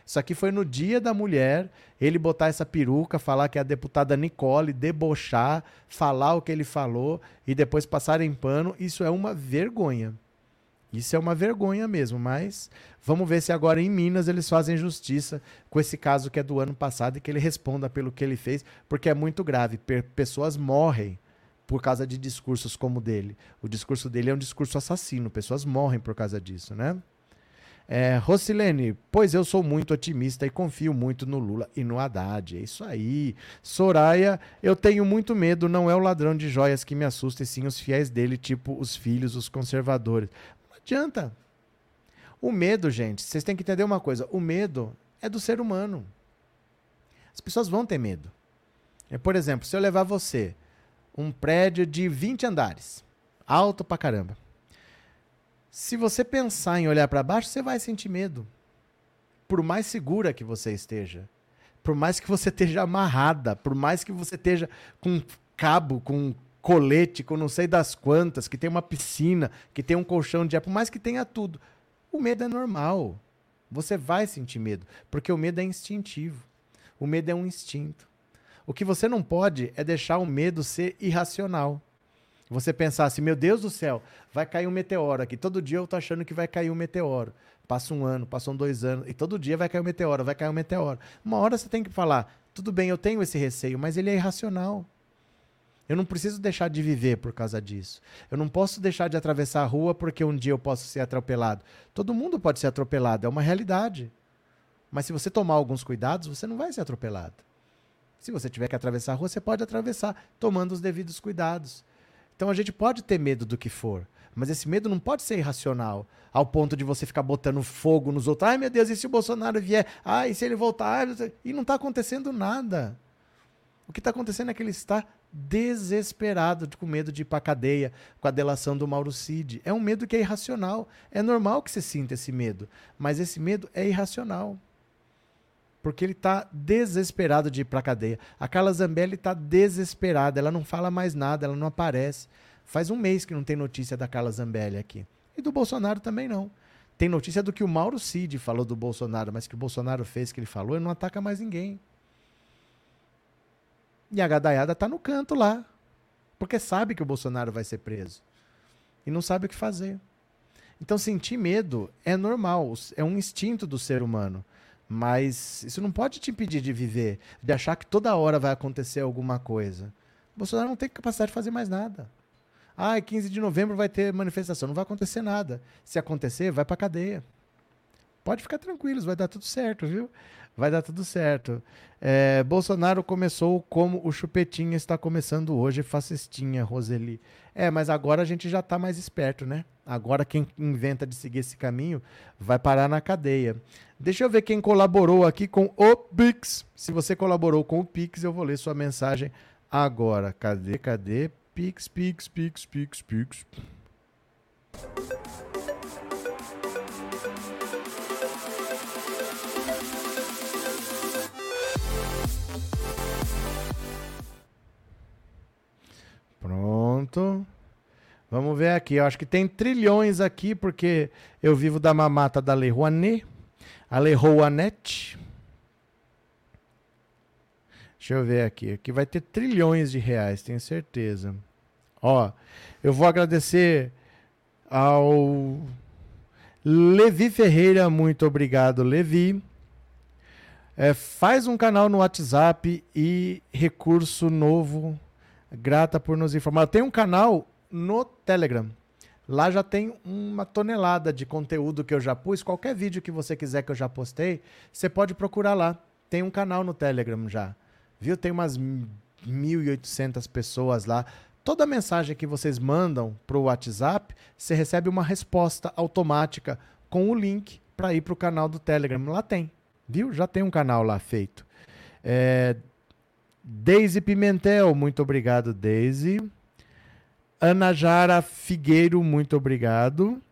Isso aqui foi no Dia da Mulher, ele botar essa peruca, falar que é a deputada Nicole, debochar, falar o que ele falou e depois passar em pano. Isso é uma vergonha. Isso é uma vergonha mesmo, mas vamos ver se agora em Minas eles fazem justiça com esse caso que é do ano passado e que ele responda pelo que ele fez, porque é muito grave. Pessoas morrem por causa de discursos como o dele. O discurso dele é um discurso assassino, pessoas morrem por causa disso, né? É, Rocilene, pois eu sou muito otimista e confio muito no Lula e no Haddad. É isso aí. Soraya, eu tenho muito medo, não é o ladrão de joias que me assusta, e sim os fiéis dele, tipo os filhos, os conservadores. Não adianta. O medo, gente, vocês têm que entender uma coisa. O medo é do ser humano. As pessoas vão ter medo. É, por exemplo, se eu levar você um prédio de vinte andares, alto pra caramba. Se você pensar em olhar para baixo, você vai sentir medo. Por mais segura que você esteja. Por mais que você esteja amarrada. Por mais que você esteja com cabo, com colete, com não sei das quantas, que tem uma piscina, que tem um colchão de ar, por mais que tenha tudo. O medo é normal. Você vai sentir medo. Porque o medo é instintivo. O medo é um instinto. O que você não pode é deixar o medo ser irracional. Você pensar assim, meu Deus do céu, vai cair um meteoro aqui. Todo dia eu tô achando que vai cair um meteoro. Passa um ano, passam dois anos, e todo dia vai cair um meteoro, vai cair um meteoro. Uma hora você tem que falar, tudo bem, eu tenho esse receio, mas ele é irracional. Eu não preciso deixar de viver por causa disso. Eu não posso deixar de atravessar a rua porque um dia eu posso ser atropelado. Todo mundo pode ser atropelado, é uma realidade. Mas se você tomar alguns cuidados, você não vai ser atropelado. Se você tiver que atravessar a rua, você pode atravessar, tomando os devidos cuidados. Então a gente pode ter medo do que for, mas esse medo não pode ser irracional, ao ponto de você ficar botando fogo nos outros. Ai meu Deus, e se o Bolsonaro vier? Ai, e se ele voltar? E não está acontecendo nada. O que está acontecendo é que ele está desesperado, com medo de ir para a cadeia, com a delação do Mauro Cid. É um medo que é irracional. É normal que você sinta esse medo, mas esse medo é irracional. Porque ele está desesperado de ir para a cadeia. A Carla Zambelli está desesperada, ela não fala mais nada, ela não aparece. Faz um mês que não tem notícia da Carla Zambelli aqui. E do Bolsonaro também não. Tem notícia do que o Mauro Cid falou do Bolsonaro, mas que o Bolsonaro fez, que ele falou, ele não ataca mais ninguém. E a gadaiada está no canto lá, porque sabe que o Bolsonaro vai ser preso. E não sabe o que fazer. Então sentir medo é normal, é um instinto do ser humano. Mas isso não pode te impedir de viver, de achar que toda hora vai acontecer alguma coisa. O Bolsonaro não tem capacidade de fazer mais nada. Ah, quinze de novembro vai ter manifestação. Não vai acontecer nada. Se acontecer, vai pra cadeia. Pode ficar tranquilos, vai dar tudo certo, viu? Vai dar tudo certo. É, Bolsonaro começou como o Chupetinha está começando hoje, fascistinha, Roseli. É, mas agora a gente já tá mais esperto, né? Agora quem inventa de seguir esse caminho vai parar na cadeia. Deixa eu ver quem colaborou aqui com o Pix. Se você colaborou com o Pix, eu vou ler sua mensagem agora. Cadê, cadê? Pix, Pix, Pix, Pix, Pix. Pronto. Vamos ver aqui. Eu acho que tem trilhões aqui, porque eu vivo da mamata da Lei Rouanet. A Lei Rouanet. Deixa eu ver aqui. Aqui vai ter trilhões de reais, tenho certeza. Ó, eu vou agradecer ao Levi Ferreira. Muito obrigado, Levi. É, faz um canal no WhatsApp e recurso novo. Grata por nos informar. Tem um canal no Telegram. Lá já tem uma tonelada de conteúdo que eu já pus. Qualquer vídeo que você quiser que eu já postei, você pode procurar lá. Tem um canal no Telegram já. Viu? Tem umas mil e oitocentas pessoas lá. Toda mensagem que vocês mandam para o WhatsApp, você recebe uma resposta automática com o link para ir para o canal do Telegram. Lá tem. Viu? Já tem um canal lá feito. É... Deise Pimentel, muito obrigado, Deise. Ana Jara Figueiro, muito obrigado.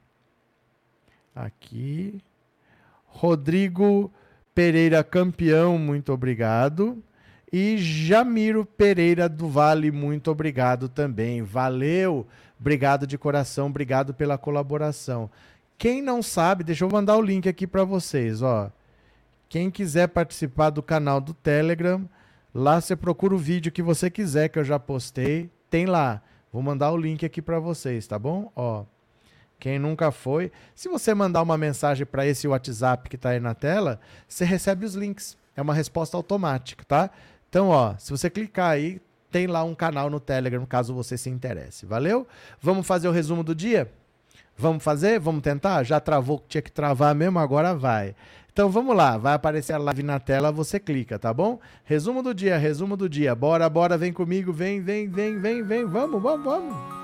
Aqui. Rodrigo Pereira Campeão, muito obrigado. E Jamiro Pereira do Vale, muito obrigado também. Valeu, obrigado de coração, obrigado pela colaboração. Quem não sabe, deixa eu mandar o link aqui para vocês, ó. Quem quiser participar do canal do Telegram, lá você procura o vídeo que você quiser, que eu já postei. Tem lá. Vou mandar o link aqui para vocês, tá bom? Ó, quem nunca foi, se você mandar uma mensagem para esse WhatsApp que tá aí na tela, você recebe os links. É uma resposta automática, tá? Então, ó, se você clicar aí, tem lá um canal no Telegram, caso você se interesse. Valeu? Vamos fazer o resumo do dia? Vamos fazer? Vamos tentar? Já travou, tinha que travar mesmo, agora vai. Então vamos lá, vai aparecer a live na tela, você clica, tá bom? Resumo do dia, resumo do dia. Bora, bora, vem comigo, vem, vem, vem, vem, vem, vamos, vamos, vamos.